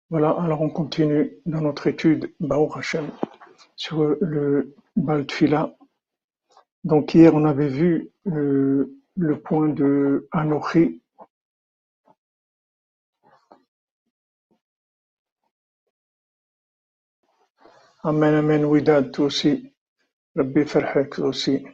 Voilà, alors on continue dans notre étude, Baruch Hashem, sur le Bal Tfila. Donc hier, on avait vu le point de Anochi. Amen, amen, Widad, toi aussi. Rabbi Farhak, toi aussi.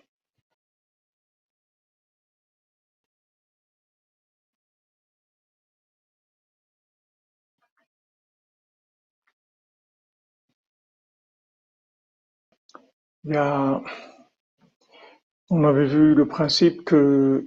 Il y a, on avait vu le principe que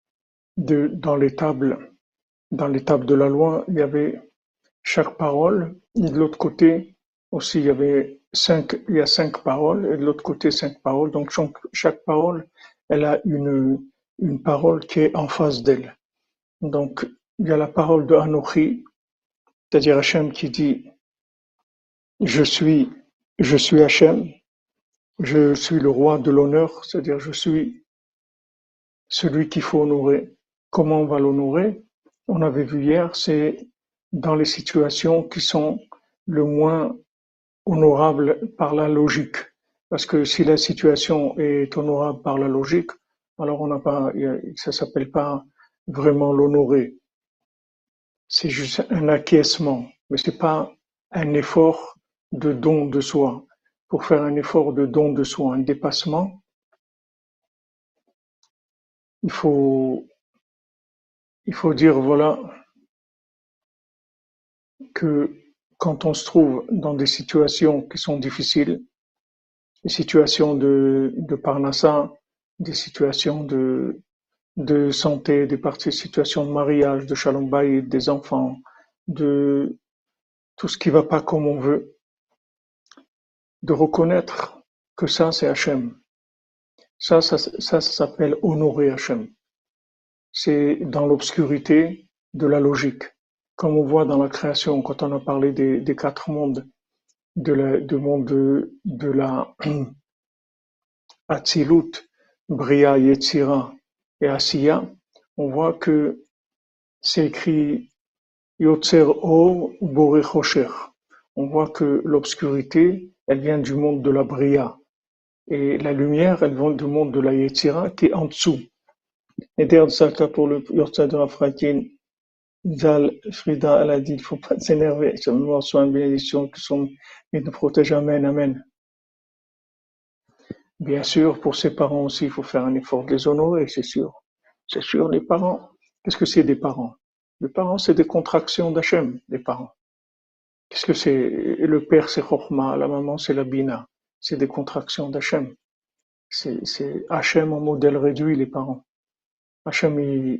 dans les tables de la loi, il y avait chaque parole, et de l'autre côté aussi, il y a 5 paroles, et de l'autre côté 5 paroles. Donc chaque parole, elle a une parole qui est en face d'elle. Donc il y a la parole de Anochi, c'est-à-dire Hachem qui dit je suis, je suis Hachem, je suis le roi de l'honneur, c'est-à-dire je suis celui qu'il faut honorer. Comment on va l'honorer? On avait vu hier, c'est dans les situations qui sont le moins honorable par la logique. Parce que si la situation est honorable par la logique, alors on n'a pas, ça s'appelle pas vraiment l'honorer. C'est juste un acquiescement, mais c'est pas un effort de don de soi. Pour faire un effort de don de soi, un dépassement, il faut, il faut dire voilà que quand on se trouve dans des situations qui sont difficiles, des situations de parnassa, des situations de santé, des situations de mariage, de shalom bayit, des enfants, de tout ce qui va pas comme on veut, de reconnaître que ça c'est Hachem. Ça s'appelle honorer Hachem. C'est dans l'obscurité de la logique. Comme on voit dans la création, quand on a parlé des 4 mondes, du monde de la Atzilut, Bria, Yetzira et Asiya, on voit que c'est écrit Yotzer Or Boré Chosher. On voit que l'obscurité, elle vient du monde de la Bria. Et la lumière, elle vient du monde de la Yetzira qui est en dessous. Et d'ailleurs, ça, pour le Yotzer de Rafrakin, Zal Frida, elle a dit, il ne faut pas s'énerver. C'est une soin, bénédiction, qui nous protège. Amen, amen. Bien sûr, pour ses parents aussi, il faut faire un effort de les honorer, c'est sûr. C'est sûr, les parents. Qu'est-ce que c'est des parents? Les parents, c'est des contractions d'Hachem, les parents. Qu'est-ce que c'est? Le père, c'est Chokhmah, la maman, c'est la Bina. C'est des contractions d'Hachem. C'est Hachem en modèle réduit, les parents. Hachem,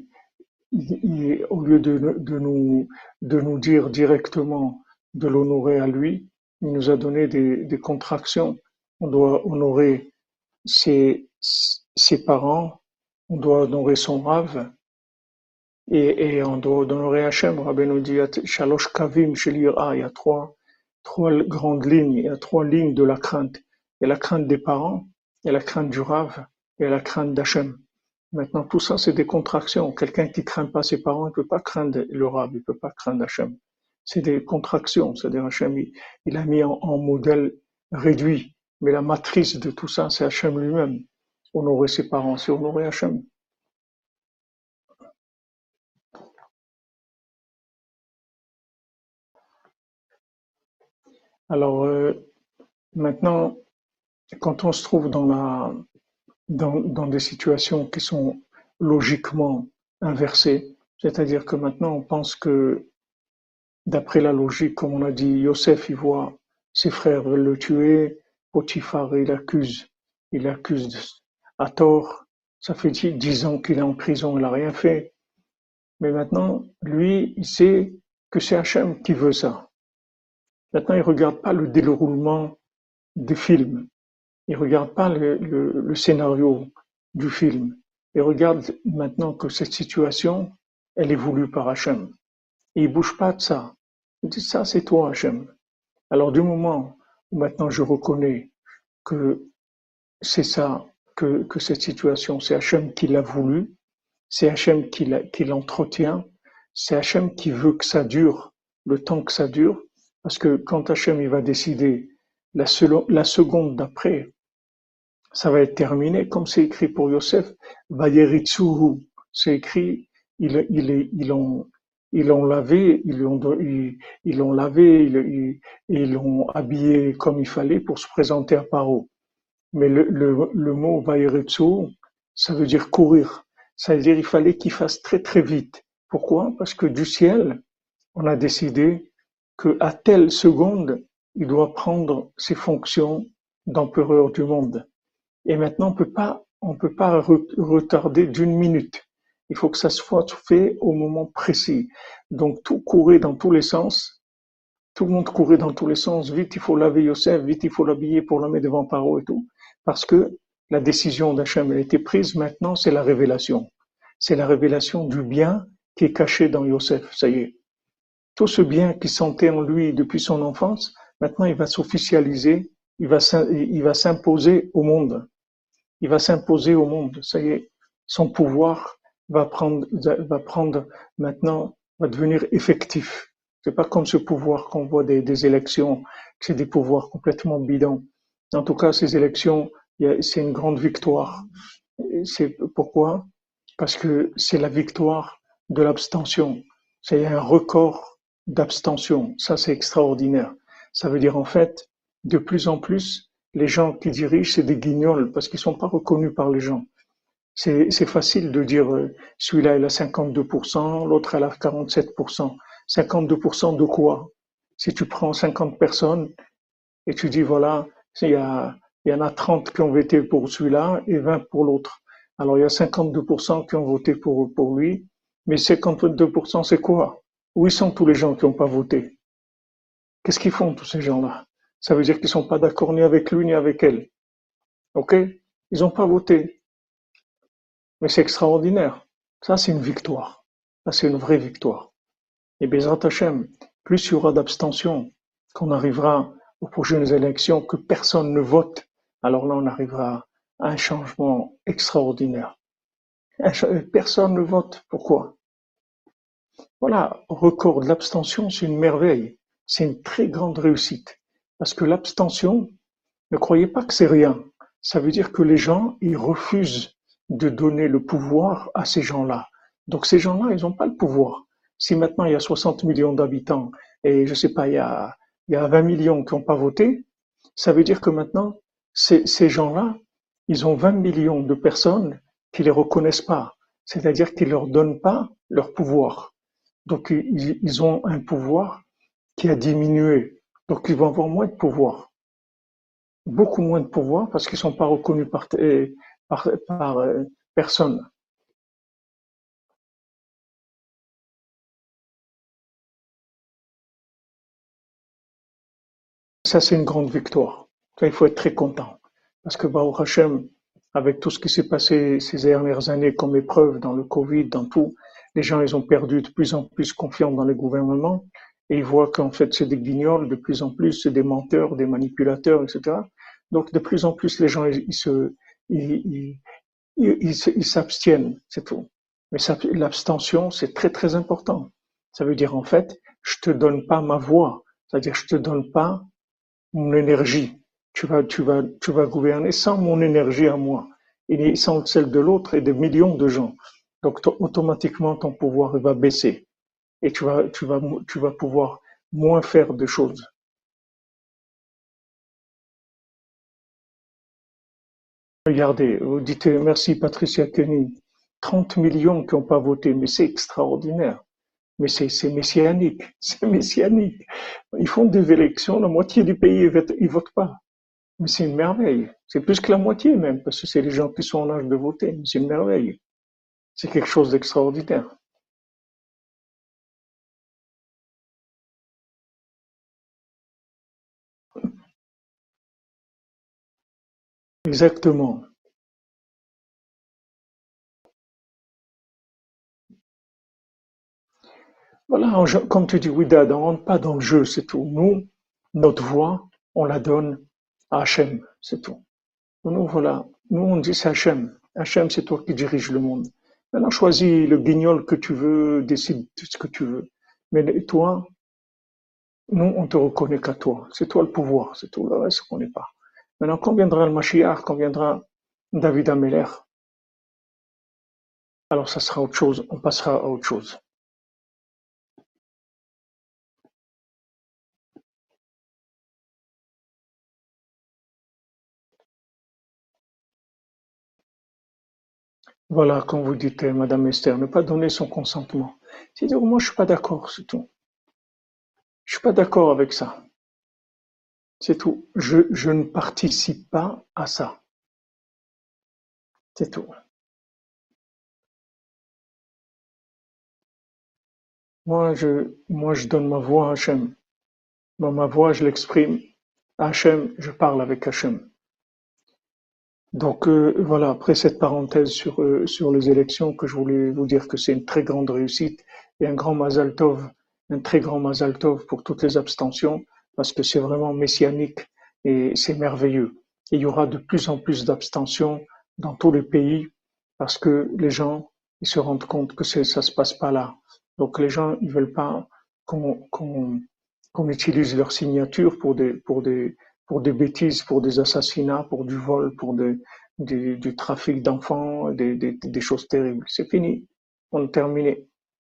au lieu de nous dire directement de l'honorer à lui, il nous a donné des contractions. On doit honorer ses parents, on doit honorer son Rav, et on doit honorer Hachem. Rabbi nous dit, Shalosh Kavim Shel Yira, il y a trois grandes lignes, il y a 3 lignes de la crainte. Il y a la crainte des parents, il y a la crainte du Rav, et la crainte d'Hachem. Maintenant, tout ça, c'est des contractions. Quelqu'un qui craint pas ses parents, il peut pas craindre le Rav, il peut pas craindre Hachem. C'est des contractions, c'est-à-dire Hachem, il a mis en modèle réduit. Mais la matrice de tout ça, c'est Hachem lui-même. Honorer ses parents, c'est honorer Hachem. Alors, maintenant, quand on se trouve dans des situations qui sont logiquement inversées, c'est-à-dire que maintenant on pense que, d'après la logique, comme on a dit, Yosef, il voit ses frères veulent le tuer, Potiphar, il accuse à tort, ça fait 10 ans qu'il est en prison, il n'a rien fait. Mais maintenant, lui, il sait que c'est Hachem qui veut ça. Maintenant, il ne regarde pas le déroulement du film. Il ne regarde pas le scénario du film. Il regarde maintenant que cette situation, elle est voulue par Hachem. Et il ne bouge pas de ça. Il dit, ça, c'est toi, Hachem. Alors, du moment où maintenant je reconnais que c'est ça, que cette situation, c'est Hachem qui l'a voulu, c'est Hachem qui l'entretient, c'est Hachem qui veut que ça dure le temps que ça dure, Parce que quand Hachem il va décider la seconde d'après, ça va être terminé, comme c'est écrit pour Yosef, Vayeritsuhu. C'est écrit, ils, ils, ils l'ont, ils l'ont lavé, ils l'ont lavé, ils l'ont habillé comme il fallait pour se présenter à Paro. Mais le mot Vayeritsuhu, ça veut dire courir. Ça veut dire qu'il fallait qu'il fasse très très vite. Pourquoi? Parce que du ciel, on a décidé qu'à telle seconde, il doit prendre ses fonctions d'empereur du monde. Et maintenant, on peut pas retarder d'une minute. Il faut que ça soit fait au moment précis. Donc, tout courait dans tous les sens. Tout le monde courait dans tous les sens. Vite, il faut laver Yosef. Vite, il faut l'habiller pour le mettre devant Paro et tout. Parce que la décision d'Hachem a été prise. Maintenant, c'est la révélation. C'est la révélation du bien qui est caché dans Yosef. Ça y est. Tout ce bien qui sentait en lui depuis son enfance, maintenant, il va s'officialiser. Il va s'imposer au monde. Il va s'imposer au monde. Ça y est, son pouvoir va prendre maintenant, va devenir effectif. C'est pas comme ce pouvoir qu'on voit des élections, que c'est des pouvoirs complètement bidons. En tout cas, ces élections, c'est une grande victoire. C'est pourquoi? Parce que c'est la victoire de l'abstention. C'est un record d'abstention. Ça, c'est extraordinaire. Ça veut dire en fait, de plus en plus, les gens qui dirigent, c'est des guignols parce qu'ils sont pas reconnus par les gens. C'est facile de dire celui-là il a 52%, l'autre elle a 47%. 52% de quoi? Si tu prends 50 personnes et tu dis voilà, il y en a 30 qui ont voté pour celui-là et 20 pour l'autre. Alors il y a 52% qui ont voté pour lui, mais 52% c'est quoi? Où sont tous les gens qui n'ont pas voté? Qu'est-ce qu'ils font tous ces gens-là? Ça veut dire qu'ils sont pas d'accord ni avec lui ni avec elle. Ok? Ils n'ont pas voté. Mais c'est extraordinaire. Ça, c'est une victoire. Ça, c'est une vraie victoire. Et Bezrat Hashem, plus il y aura d'abstention, qu'on arrivera aux prochaines élections, que personne ne vote, alors là, on arrivera à un changement extraordinaire. Personne ne vote. Pourquoi? Voilà, record de l'abstention, c'est une merveille. C'est une très grande réussite. Parce que l'abstention, ne croyez pas que c'est rien. Ça veut dire que les gens, ils refusent de donner le pouvoir à ces gens-là. Donc ces gens-là, ils n'ont pas le pouvoir. Si maintenant il y a 60 millions d'habitants et je sais pas, il y a 20 millions qui n'ont pas voté, ça veut dire que maintenant, ces gens-là, ils ont 20 millions de personnes qui les reconnaissent pas. C'est-à-dire qu'ils leur donnent pas leur pouvoir. Donc ils ont un pouvoir qui a diminué. Donc ils vont avoir moins de pouvoir, beaucoup moins de pouvoir parce qu'ils ne sont pas reconnus par personne. Ça, c'est une grande victoire. Ça, il faut être très content. Parce que Baruch Hashem, avec tout ce qui s'est passé ces dernières années comme épreuve dans le Covid, dans tout, les gens, ils ont perdu de plus en plus confiance dans les gouvernements et ils voient qu'en fait, c'est des guignols, de plus en plus, c'est des menteurs, des manipulateurs, etc. Donc, de plus en plus, les gens, ils, ils s'abstiennent, c'est tout. Mais l'abstention, c'est très très important. Ça veut dire en fait, je te donne pas ma voix, c'est-à-dire je te donne pas mon énergie. Tu vas gouverner sans mon énergie à moi et sans celle de l'autre et des millions de gens. Donc automatiquement ton pouvoir va baisser et tu vas pouvoir moins faire de choses. Regardez, vous dites merci Patricia Kenny, 30 millions qui n'ont pas voté, mais c'est extraordinaire. Mais c'est messianique, c'est messianique. Ils font des élections, la moitié du pays ne vote pas. Mais c'est une merveille. C'est plus que la moitié même, parce que c'est les gens qui sont en âge de voter. Mais c'est une merveille. C'est quelque chose d'extraordinaire. Exactement. Voilà, comme tu dis, Widad, on ne rentre pas dans le jeu, c'est tout. Nous, notre voix, on la donne à Hachem, c'est tout. Nous, voilà. Nous, on dit c'est Hachem. Hachem, c'est toi qui diriges le monde. Maintenant, choisis le guignol que tu veux, décide de ce que tu veux. Mais toi, Nous, on te reconnaît qu'à toi. C'est toi le pouvoir, c'est tout le reste qu'on n'est pas. Maintenant, quand viendra le Mashiach, quand viendra David Ameller, alors ça sera autre chose, on passera à autre chose. Voilà, quand vous dites, Madame Esther, ne pas donner son consentement. C'est dire, moi, je suis pas d'accord, c'est tout. Je suis pas d'accord avec ça. C'est tout. Je ne participe pas à ça. C'est tout. Moi, je donne ma voix à Hachem. Ma voix, je l'exprime à Hachem, je parle avec Hachem. Donc voilà, après cette parenthèse sur les élections, que je voulais vous dire que c'est une très grande réussite et un très grand Mazal Tov pour toutes les abstentions, parce que c'est vraiment messianique et c'est merveilleux. Et il y aura de plus en plus d'abstentions dans tous les pays, parce que les gens ils se rendent compte que ça se passe pas là. Donc les gens ils veulent pas qu'on utilise leur signature pour des bêtises, pour des assassinats, pour du vol, du trafic d'enfants, des choses terribles. C'est fini. On a terminé.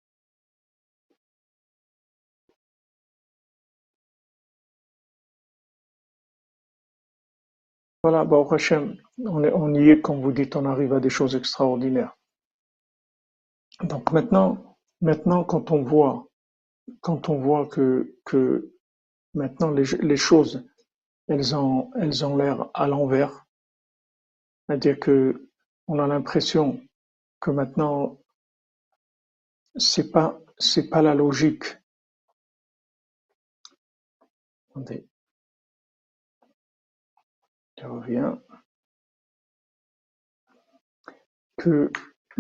Voilà, Baruch Hashem, on y est, comme vous dites, on arrive à des choses extraordinaires. Donc maintenant, quand on voit que maintenant les choses, elles ont l'air à l'envers, c'est-à-dire que on a l'impression que maintenant c'est pas la logique. Attendez, je reviens. Que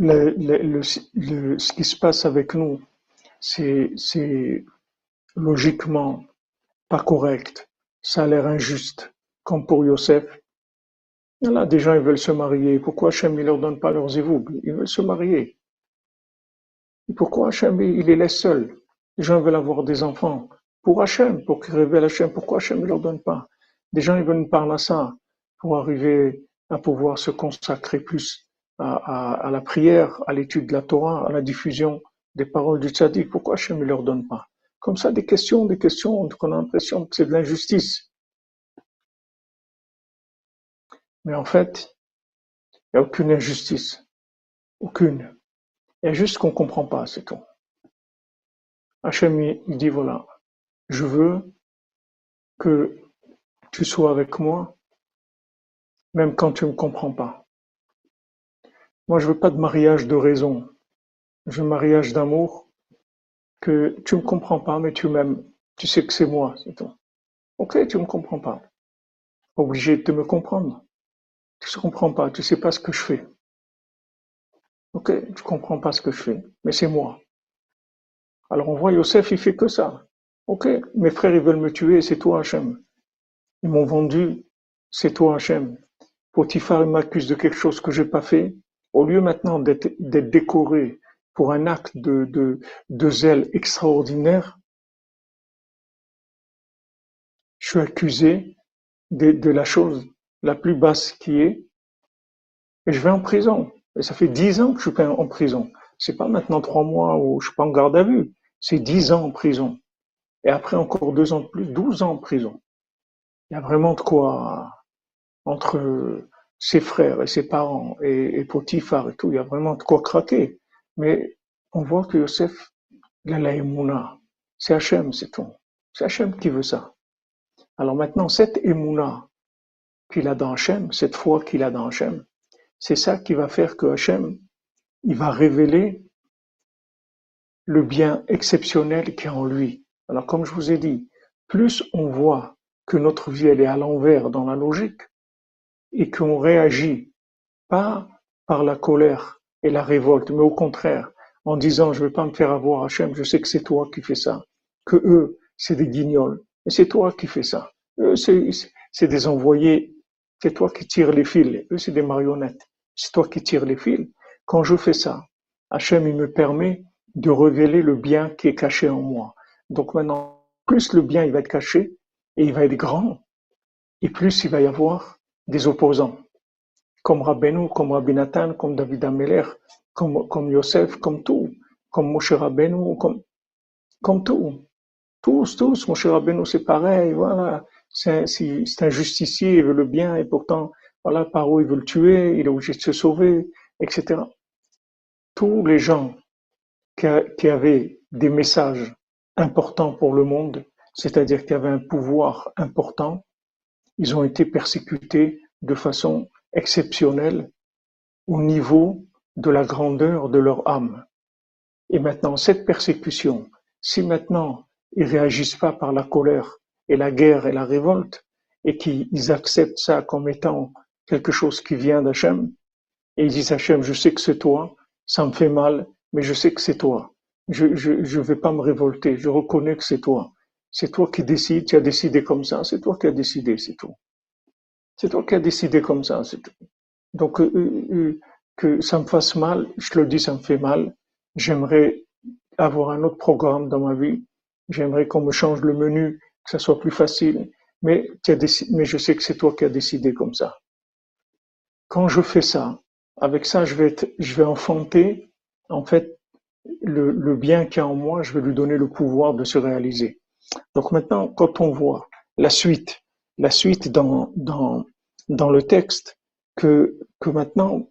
ce qui se passe avec nous, c'est logiquement pas correct. Ça a l'air injuste. Comme pour Yosef. Là, des gens, ils veulent se marier. Pourquoi Hachem ne leur donne pas leurs évoux? Ils veulent se marier. Et pourquoi Hachem, il les laisse seuls? Les gens veulent avoir des enfants. Pour Hachem, pour qu'ils révèlent Hachem, pourquoi Hachem ne leur donne pas? Des gens, ils veulent une parnassa pour arriver à pouvoir se consacrer plus à la prière, à l'étude de la Torah, à la diffusion des paroles du tzaddik. Pourquoi Hachem ne leur donne pas? Comme ça, des questions, on a l'impression que c'est de l'injustice. Mais en fait, il n'y a aucune injustice. Aucune. Il y a juste qu'on ne comprend pas, c'est tout. Hachem, il dit voilà, je veux que tu sois avec moi, même quand tu ne me comprends pas. Moi, je veux pas de mariage de raison. Je veux un mariage d'amour que tu me comprends pas, mais tu m'aimes. Tu sais que c'est moi, c'est tout. Ok, tu me comprends pas. Obligé de me comprendre. Tu ne comprends pas, tu sais pas ce que je fais. Ok, tu comprends pas ce que je fais, mais c'est moi. Alors on voit Yosef, il fait que ça. Ok, mes frères, ils veulent me tuer, c'est toi, Hachem. Ils m'ont vendu, c'est toi, Hachem. Potiphar m'accuse de quelque chose que j'ai pas fait. Au lieu maintenant d'être décoré pour un acte de zèle extraordinaire, je suis accusé de la chose la plus basse qui est, et je vais en prison. Et ça fait 10 ans que je suis en prison. C'est pas maintenant 3 mois où je suis pas en garde à vue. C'est 10 ans en prison. Et après encore 2 ans de plus, 12 ans en prison. Il y a vraiment de quoi, entre ses frères et ses parents et Potiphar et tout, il y a vraiment de quoi craquer. Mais on voit que Yosef, il a la émouna. C'est Hachem, c'est tout. C'est Hachem qui veut ça. Alors maintenant, cette émouna qu'il a dans Hachem, cette foi qu'il a dans Hachem, c'est ça qui va faire que Hachem, il va révéler le bien exceptionnel qui est en lui. Alors comme je vous ai dit, plus on voit que notre vie elle est à l'envers dans la logique et qu'on réagit pas par la colère et la révolte, mais au contraire, en disant je ne vais pas me faire avoir Hachem, je sais que c'est toi qui fais ça, que eux, c'est des guignols, et c'est toi qui fais ça. Eux, c'est des envoyés, c'est toi qui tires les fils, eux, c'est des marionnettes, c'est toi qui tires les fils. Quand je fais ça, Hachem, il me permet de révéler le bien qui est caché en moi. Donc maintenant, plus le bien il va être caché et il va être grand, et plus il va y avoir des opposants, comme Rabbeinu, comme Rabbi Nathan, comme David Ameller, comme Yosef, comme tout, comme Moshe Rabbeinu, comme tout. Tous, Moshe Rabbeinu, c'est pareil, voilà. C'est un justicier, il veut le bien, et pourtant, voilà, Paro, il veut le tuer, il est obligé de se sauver, etc. Tous les gens qui avaient des messages importants pour le monde, c'est-à-dire qui avaient un pouvoir important, ils ont été persécutés de façon exceptionnelle au niveau de la grandeur de leur âme. Et maintenant, cette persécution, si maintenant ils réagissent pas par la colère et la guerre et la révolte, et qu'ils acceptent ça comme étant quelque chose qui vient d'Hachem, et ils disent Hachem, je sais que c'est toi, ça me fait mal, mais je sais que c'est toi. Je vais pas me révolter, je reconnais que c'est toi. C'est toi qui décides, tu as décidé comme ça, c'est toi qui as décidé, c'est tout. C'est toi qui as décidé comme ça, c'est tout. Donc, que ça me fasse mal, je te le dis, ça me fait mal. J'aimerais avoir un autre programme dans ma vie. J'aimerais qu'on me change le menu, que ça soit plus facile. Mais je sais que c'est toi qui as décidé comme ça. Quand je fais ça, avec ça, je vais enfanter, en fait, le bien qu'il y a en moi, je vais lui donner le pouvoir de se réaliser. Donc maintenant, quand on voit la suite dans le texte, que maintenant,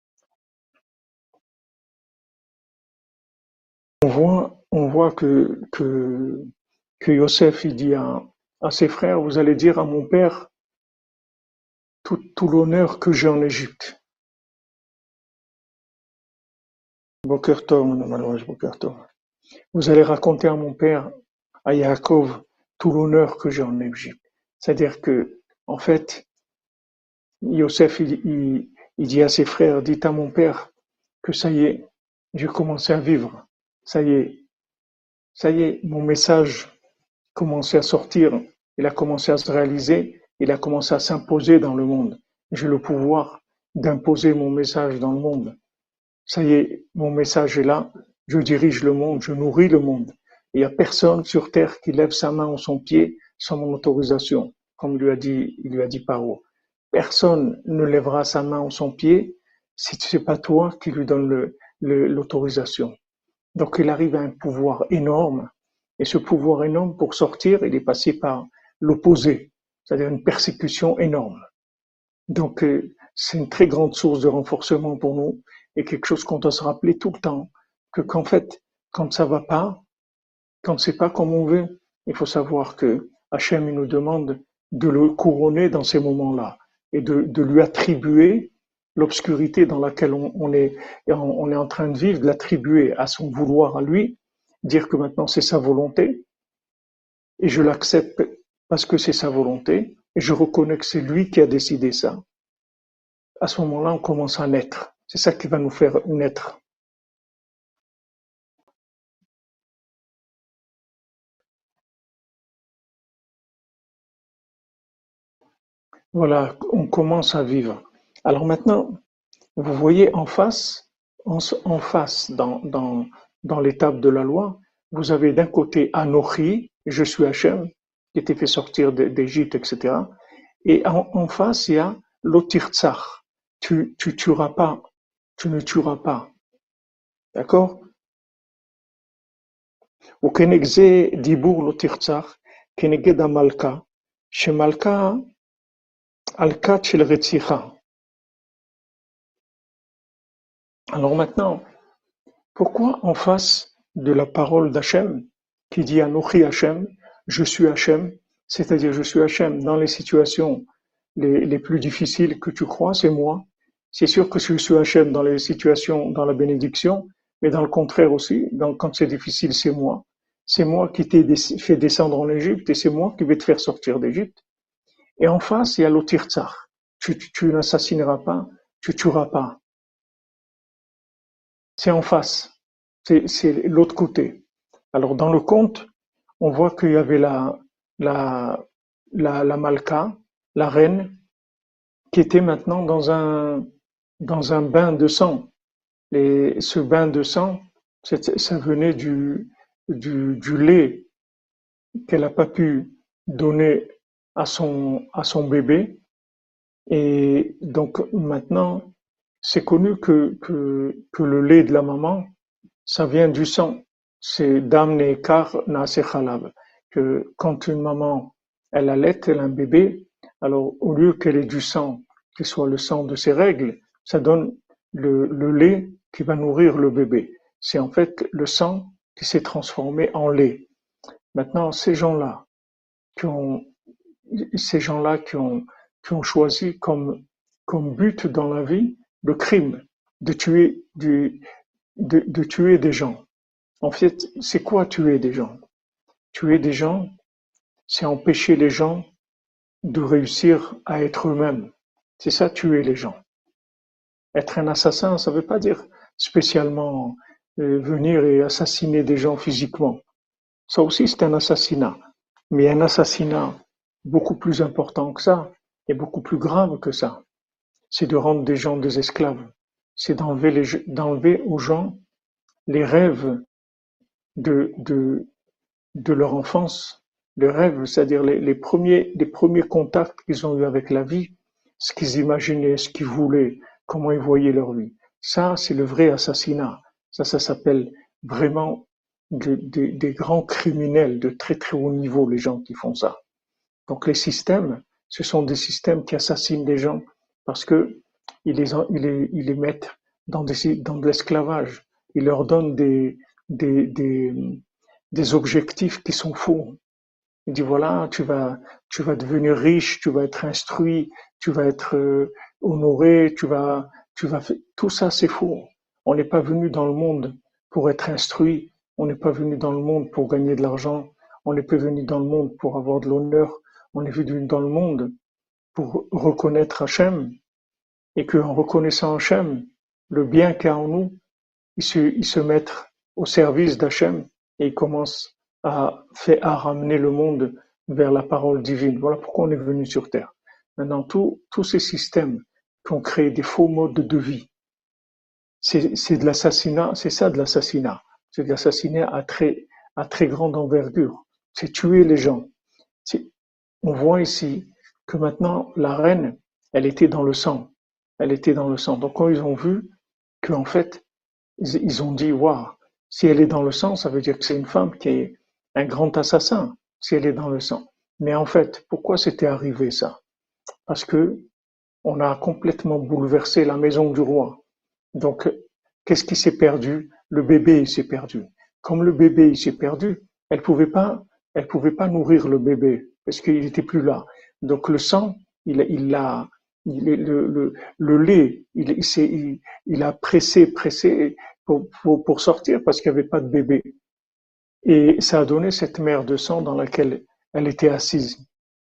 on voit que Yosef, il dit à ses frères, vous allez dire à mon père tout l'honneur que j'ai en Égypte. Boker Tov, Madame Alouage, Boker Tov. Vous allez raconter à mon père, à Yaakov, tout l'honneur que j'ai en Égypte. C'est-à-dire que, en fait, Yosef, il dit à ses frères, dites à mon père que ça y est, j'ai commencé à vivre. Ça y est, mon message commençait à sortir, il a commencé à se réaliser, il a commencé à s'imposer dans le monde. J'ai le pouvoir d'imposer mon message dans le monde. Ça y est, mon message est là, je dirige le monde, je nourris le monde. Il n'y a personne sur terre qui lève sa main ou son pied sans mon autorisation, comme il lui a dit Paro. Personne ne lèvera sa main ou son pied si ce n'est pas toi qui lui donne l'autorisation. Donc il arrive à un pouvoir énorme, et ce pouvoir énorme, pour sortir, il est passé par l'opposé, c'est-à-dire une persécution énorme. Donc c'est une très grande source de renforcement pour nous, et quelque chose qu'on doit se rappeler tout le temps, qu'en fait, quand ça va pas, quand c'est pas comme on veut, il faut savoir que Hachem il nous demande de le couronner dans ces moments-là, et de lui attribuer l'obscurité dans laquelle on est en train de vivre, de l'attribuer à son vouloir à lui, dire que maintenant c'est sa volonté, et je l'accepte parce que c'est sa volonté, et je reconnais que c'est lui qui a décidé ça. À ce moment-là, on commence à naître. C'est ça qui va nous faire naître. Voilà, on commence à vivre. Alors maintenant, vous voyez en face dans l'étape de la loi, vous avez d'un côté Anochi, je suis Hachem, qui était fait sortir d'Égypte, etc. Et en face, il y a l'Otirtsach, tu tueras pas, tu ne tueras pas. D'accord? וכנגד זה דיבור לא תרצח, כנגד המלכה, שמלכה על כת של רציחה. Alors maintenant, pourquoi en face de la parole d'Hachem, qui dit Anochi Hachem, je suis Hachem, c'est-à-dire je suis Hachem dans les situations les plus difficiles que tu crois, c'est moi. C'est sûr que je suis Hachem dans les situations, dans la bénédiction, mais dans le contraire aussi, quand c'est difficile, c'est moi. C'est moi qui t'ai fait descendre en Égypte et c'est moi qui vais te faire sortir d'Égypte. Et en face, il y a l'Otirtsach. Tu n'assassineras pas, tu tueras pas. C'est en face. C'est l'autre côté. Alors, dans le conte, on voit qu'il y avait la Malka, la reine, qui était maintenant dans un bain de sang. Et ce bain de sang, ça venait du lait qu'elle n'a pas pu donner à son bébé. Et donc maintenant, c'est connu que le lait de la maman, ça vient du sang. C'est dam nekar naase khalab. Que quand une maman, elle allait, elle a un bébé, alors au lieu qu'elle ait du sang, qui soit le sang de ses règles, ça donne le lait qui va nourrir le bébé. C'est en fait le sang qui s'est transformé en lait. Maintenant, qui ont, ces gens-là qui ont choisi comme but dans la vie le crime, de tuer, de tuer des gens. En fait, c'est quoi tuer des gens? Tuer des gens, c'est empêcher les gens de réussir à être eux-mêmes. C'est ça, tuer les gens. Être un assassin, ça ne veut pas dire spécialement venir et assassiner des gens physiquement. Ça aussi, c'est un assassinat. Mais un assassinat beaucoup plus important que ça, et beaucoup plus grave que ça, c'est de rendre des gens des esclaves. C'est d'enlever aux gens les rêves de, de, de leur enfance, les rêves, c'est-à-dire les premiers contacts qu'ils ont eu avec la vie, ce qu'ils imaginaient, ce qu'ils voulaient, comment ils voyaient leur vie. Ça, c'est le vrai assassinat. Ça s'appelle vraiment des grands criminels de très très haut niveau, les gens qui font ça. Donc les systèmes, ce sont des systèmes qui assassinent les gens parce que ils les mettent dans dans de l'esclavage. Ils leur donnent des, des, des objectifs qui sont faux. Il dit voilà, tu vas devenir riche, tu vas être instruit, tu vas être honoré, tout ça c'est faux. On n'est pas venu dans le monde pour être instruit, on n'est pas venu dans le monde pour gagner de l'argent, on n'est pas venu dans le monde pour avoir de l'honneur, on est venu dans le monde pour reconnaître Hachem et qu'en reconnaissant Hachem, le bien qu'il y a en nous, ils se mettent au service d'Hachem et ils commencent à ramener le monde vers la parole divine. Voilà pourquoi on est venu sur Terre. Maintenant, tous ces systèmes qui ont créé des faux modes de vie, c'est de l'assassinat, c'est ça de l'assassinat. C'est de l'assassinat à très grande envergure. C'est tuer les gens. On voit ici que maintenant, la reine, elle était dans le sang. Elle était dans le sang. Donc, quand ils ont vu qu'en fait, ils ont dit, waouh, si elle est dans le sang, ça veut dire que c'est une femme qui est un grand assassin, si elle est dans le sang. Mais en fait, pourquoi c'était arrivé ça? Parce que on a complètement bouleversé la maison du roi. Donc, qu'est-ce qui s'est perdu? Le bébé, il s'est perdu. Comme le bébé, il s'est perdu, elle pouvait pas nourrir le bébé parce qu'il n'était plus là. Donc, le sang, il l'a, le lait, il a pressé pour sortir parce qu'il n'y avait pas de bébé. Et ça a donné cette mer de sang dans laquelle elle était assise.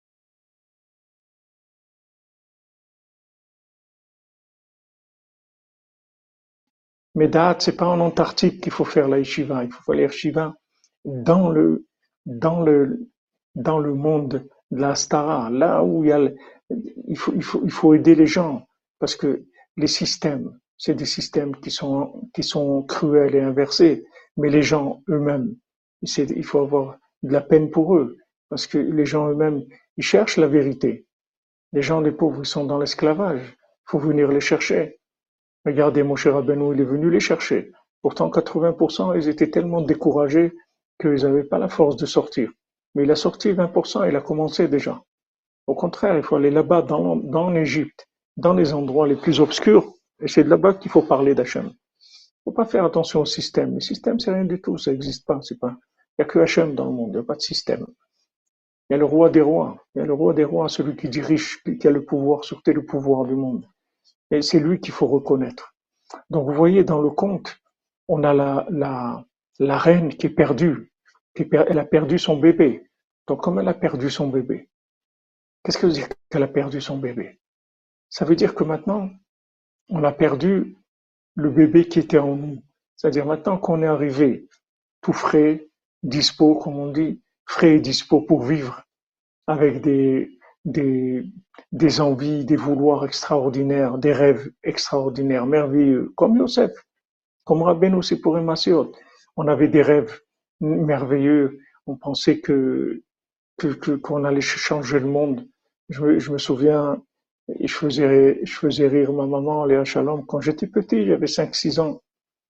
Mais date, c'est pas en Antarctique qu'il faut faire la yeshiva. Il faut faire la yeshiva dans le, dans le, dans le monde de la Stara, là où il faut aider les gens. Parce que les systèmes, c'est des systèmes qui sont cruels et inversés. Mais les gens eux-mêmes, il faut avoir de la peine pour eux. Parce que les gens eux-mêmes, ils cherchent la vérité. Les gens, les pauvres, ils sont dans l'esclavage. Il faut venir les chercher. Regardez, Moshe Rabbeinu, il est venu les chercher. Pourtant, 80%, ils étaient tellement découragés qu'ils n'avaient pas la force de sortir. Mais il a sorti 20%, il a commencé déjà. Au contraire, il faut aller là-bas, dans l'Égypte, dans les endroits les plus obscurs, et c'est de là-bas qu'il faut parler d'Hachem. Il ne faut pas faire attention au système. Le système, c'est rien du tout, ça n'existe pas. Il n'y a que Hachem dans le monde, il n'y a pas de système. Il y a le roi des rois, il y a le roi des rois, celui qui dirige, qui a le pouvoir sur tout le pouvoir du monde. Et c'est lui qu'il faut reconnaître. Donc vous voyez, dans le conte, on a la reine qui est perdue, elle a perdu son bébé. Donc comme elle a perdu son bébé, qu'est-ce que veut dire qu'elle a perdu son bébé? Ça veut dire que maintenant, on a perdu le bébé qui était en nous. C'est-à-dire maintenant qu'on est arrivé tout frais, dispo, comme on dit, frais et dispo pour vivre avec des, des envies, des vouloirs extraordinaires, des rêves extraordinaires, merveilleux, comme Yosef, comme Rabbeinu Sipporim Massiot. On avait des rêves merveilleux, on pensait qu'on allait changer le monde. Je me souviens, je faisais rire ma maman, Léa Shalom, quand j'étais petit, j'avais 5, 6 ans.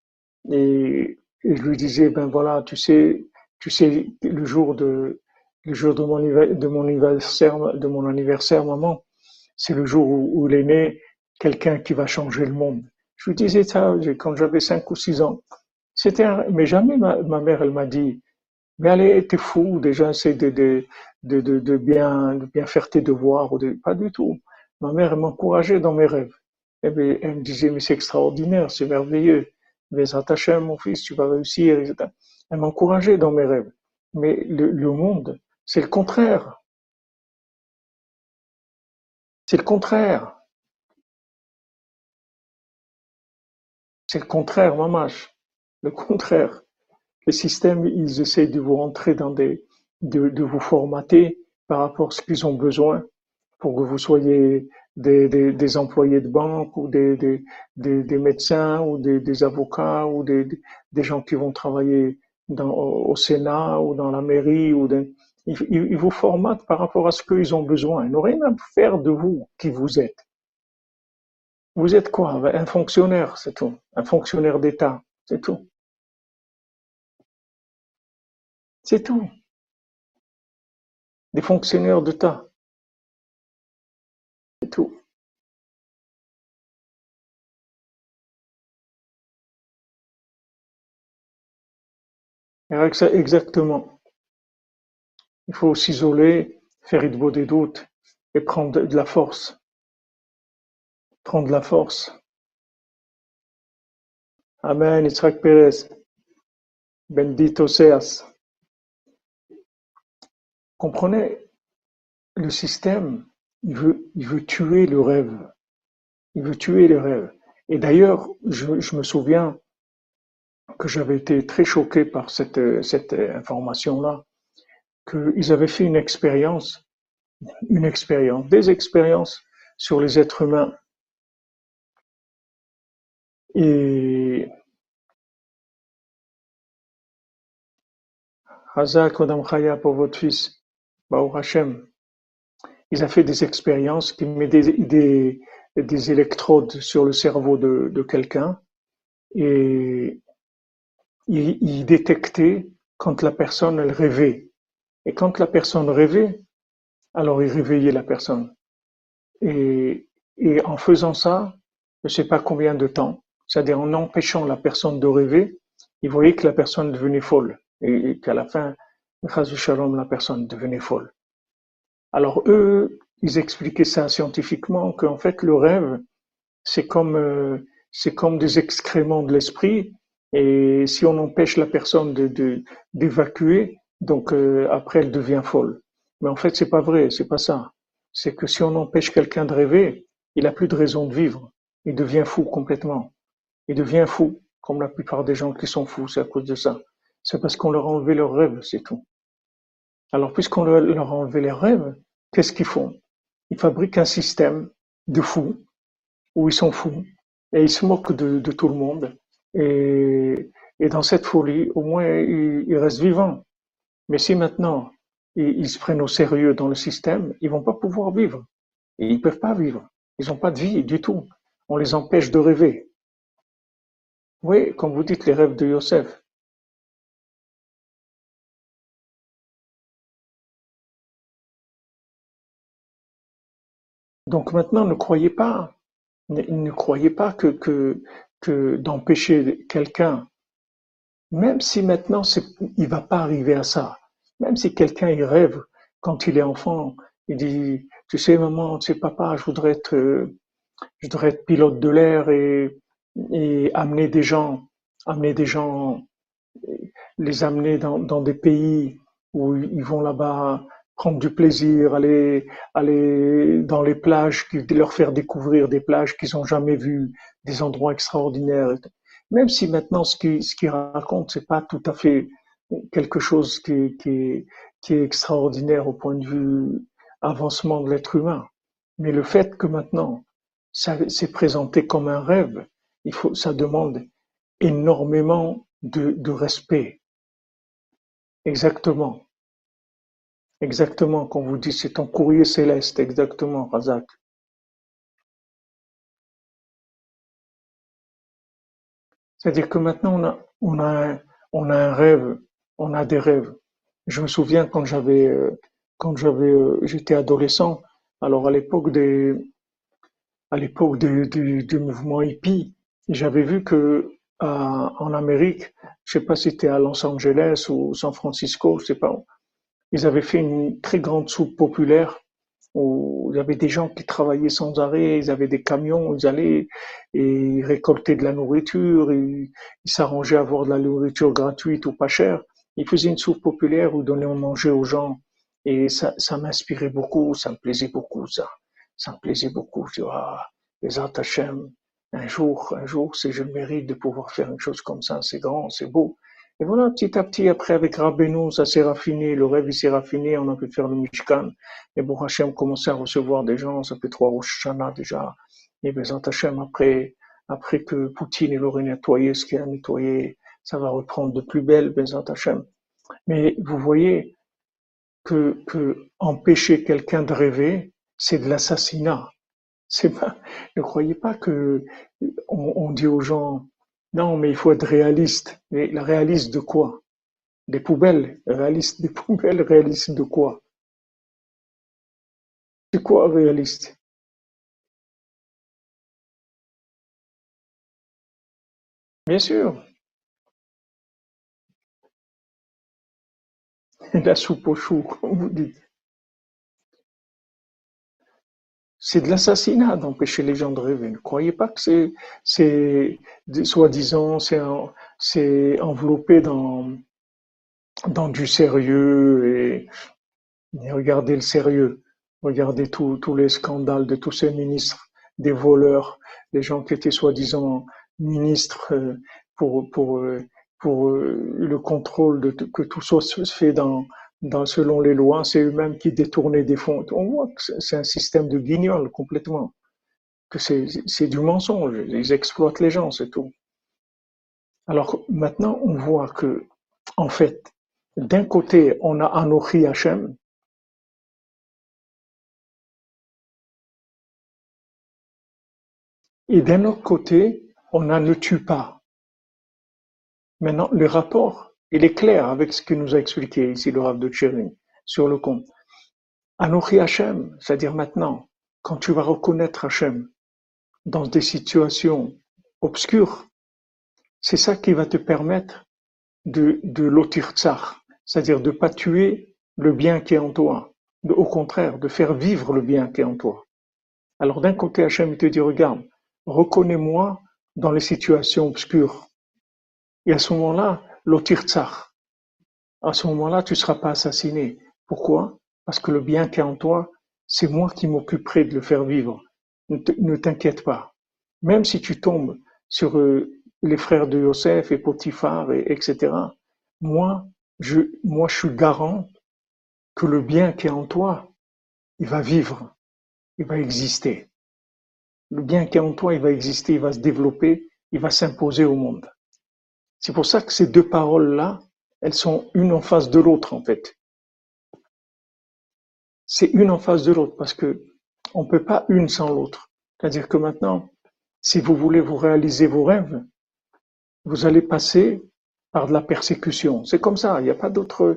Et je lui disais, ben voilà, tu sais, le jour de mon anniversaire, maman, c'est le jour où il est né quelqu'un qui va changer le monde. Je lui disais ça quand j'avais 5 ou 6 ans. Mais jamais ma mère, elle m'a dit, mais allez, t'es fou, déjà, essaie de bien faire tes devoirs. Pas du tout. Ma mère, elle m'encourageait dans mes rêves. Elle me disait, mais c'est extraordinaire, c'est merveilleux. Mais attaché mon fils, tu vas réussir, etc. Elle m'encourageait dans mes rêves. Mais le monde, c'est le contraire. C'est le contraire. C'est le contraire, mamache. Le contraire. Les systèmes, ils essayent de vous rentrer de vous formater par rapport à ce qu'ils ont besoin pour que vous soyez des employés de banque ou des médecins ou des avocats ou des gens qui vont travailler au Sénat ou dans la mairie. Ils vous formatent par rapport à ce qu'ils ont besoin. Ils n'ont rien à faire de vous, qui vous êtes. Vous êtes quoi? Un fonctionnaire, c'est tout. Un fonctionnaire d'État, c'est tout. C'est tout. Des fonctionnaires d'État, c'est tout. Exactement. Il faut s'isoler, faire des doutes et prendre de la force. Prendre de la force. Amen, Yitzhak Pérez. Bendito seas. Comprenez, le système, il veut tuer le rêve. Il veut tuer les rêves. Et d'ailleurs, je me souviens que j'avais été très choqué par cette information-là, qu'ils avaient fait des expériences sur les êtres humains. Et Hazak Odam Chaya pour votre fils, Baruch Hashem. Ils ont fait des expériences qui mettent des électrodes sur le cerveau de quelqu'un et ils détectaient quand la personne elle rêvait. Et quand la personne rêvait, alors ils réveillaient la personne. Et, et en faisant ça, je ne sais pas combien de temps, c'est-à-dire en empêchant la personne de rêver, ils voyaient que la personne devenait folle et qu'à la fin, Chas Shalom, la personne devenait folle. Alors eux, ils expliquaient ça scientifiquement qu'en fait le rêve, c'est comme euh, c'est comme des excréments de l'esprit et si on empêche la personne d'évacuer, donc après elle devient folle. Mais en fait c'est pas vrai, c'est pas ça. C'est que si on empêche quelqu'un de rêver, il a plus de raison de vivre. Il devient fou complètement. Il devient fou, comme la plupart des gens qui sont fous, c'est à cause de ça. C'est parce qu'on leur a enlevé leurs rêves, c'est tout. Alors, puisqu'on leur a enlevé les rêves, qu'est-ce qu'ils font? Ils fabriquent un système de fous, où ils sont fous, et ils se moquent de tout le monde. Et dans cette folie, au moins, ils restent vivants. Mais si maintenant, ils se prennent au sérieux dans le système, ils vont pas pouvoir vivre. Et ils peuvent pas vivre. Ils n'ont pas de vie du tout. On les empêche de rêver. Oui, comme vous dites, les rêves de Yosef. Donc maintenant, ne croyez pas que d'empêcher quelqu'un, même si maintenant il va pas arriver à ça, même si quelqu'un il rêve quand il est enfant, il dit, tu sais maman, tu sais papa, je voudrais être pilote de l'air et amener des gens, les amener dans des pays où ils vont là-bas prendre du plaisir, aller dans les plages, leur faire découvrir des plages qu'ils n'ont jamais vues, des endroits extraordinaires. Même si maintenant ce qu'ils racontent, c'est pas tout à fait quelque chose qui est extraordinaire au point de vue avancement de l'être humain. Mais le fait que maintenant, ça s'est présenté comme un rêve, ça demande énormément de respect. Exactement, exactement, qu'on vous dit, c'est ton courrier céleste, exactement, Razak. C'est-à-dire que maintenant, on a un rêve, on a des rêves. Je me souviens j'étais adolescent, alors à l'époque du mouvement hippie, j'avais vu que en Amérique, je sais pas si c'était à Los Angeles ou San Francisco, je sais pas, ils avaient fait une très grande soupe populaire où il y avait des gens qui travaillaient sans arrêt, ils avaient des camions, ils allaient et ils récoltaient de la nourriture, ils s'arrangeaient à avoir de la nourriture gratuite ou pas chère. Ils faisaient une soupe populaire où donnaient à manger aux gens. Et ça m'inspirait beaucoup, ça me plaisait beaucoup, ça. Ça me plaisait beaucoup. Je dis, ah, les Hachem, un jour, si je mérite de pouvoir faire une chose comme ça, c'est grand, c'est beau. Et voilà, petit à petit, après, avec Rabbeinu, ça s'est raffiné, le rêve, il s'est raffiné, on a pu faire le Mishkan. Et bon, Hachem commençait à recevoir des gens, ça fait 3 Rosh Hashanah déjà. Et Bezat Hachem, après que Poutine il aurait nettoyé ce qu'il a nettoyé, ça va reprendre de plus belle, Bezat Hachem. Mais vous voyez que empêcher quelqu'un de rêver, c'est de l'assassinat. C'est pas, ne croyez pas que on dit aux gens, non, mais il faut être réaliste. Mais la réaliste de quoi? Des poubelles, réaliste des poubelles, réaliste de quoi? C'est quoi réaliste? Bien sûr, la soupe aux choux, comme vous dites. C'est de l'assassinat d'empêcher les gens de rêver. Ne croyez pas que c'est, soi-disant, c'est enveloppé dans du sérieux et regardez le sérieux. Regardez tous les scandales de tous ces ministres, des voleurs, les gens qui étaient soi-disant ministres pour, pour, euh, pour le contrôle que tout ça se fait selon les lois. C'est eux-mêmes qui détournaient des fonds. On voit que c'est un système de guignol complètement, que c'est du mensonge. Ils exploitent les gens, c'est tout. Alors maintenant, on voit que, en fait, d'un côté, on a Anochi Hachem, et d'un autre côté, on a ne tue pas. Maintenant, le rapport, il est clair avec ce que nous a expliqué ici le Rav de Tchérin sur le compte. Anochi Hachem, c'est-à-dire maintenant, quand tu vas reconnaître Hachem dans des situations obscures, c'est ça qui va te permettre de lotir tsar, c'est-à-dire de ne pas tuer le bien qui est en toi, au contraire, de faire vivre le bien qui est en toi. Alors d'un côté, Hachem te dit, regarde, reconnais-moi dans les situations obscures. Et à ce moment-là, lotir tsar, à ce moment-là, tu ne seras pas assassiné. Pourquoi? Parce que le bien qui est en toi, c'est moi qui m'occuperai de le faire vivre. Ne t'inquiète pas. Même si tu tombes sur les frères de Yosef et Potiphar, etc., moi, moi, je suis garant que le bien qui est en toi, il va vivre, il va exister. Le bien qui est en toi, il va exister, il va se développer, il va s'imposer au monde. C'est pour ça que ces deux paroles-là, elles sont une en face de l'autre, en fait. C'est une en face de l'autre parce que on ne peut pas une sans l'autre. C'est-à-dire que maintenant, si vous voulez vous réaliser vos rêves, vous allez passer par de la persécution. C'est comme ça, il n'y a pas d'autre.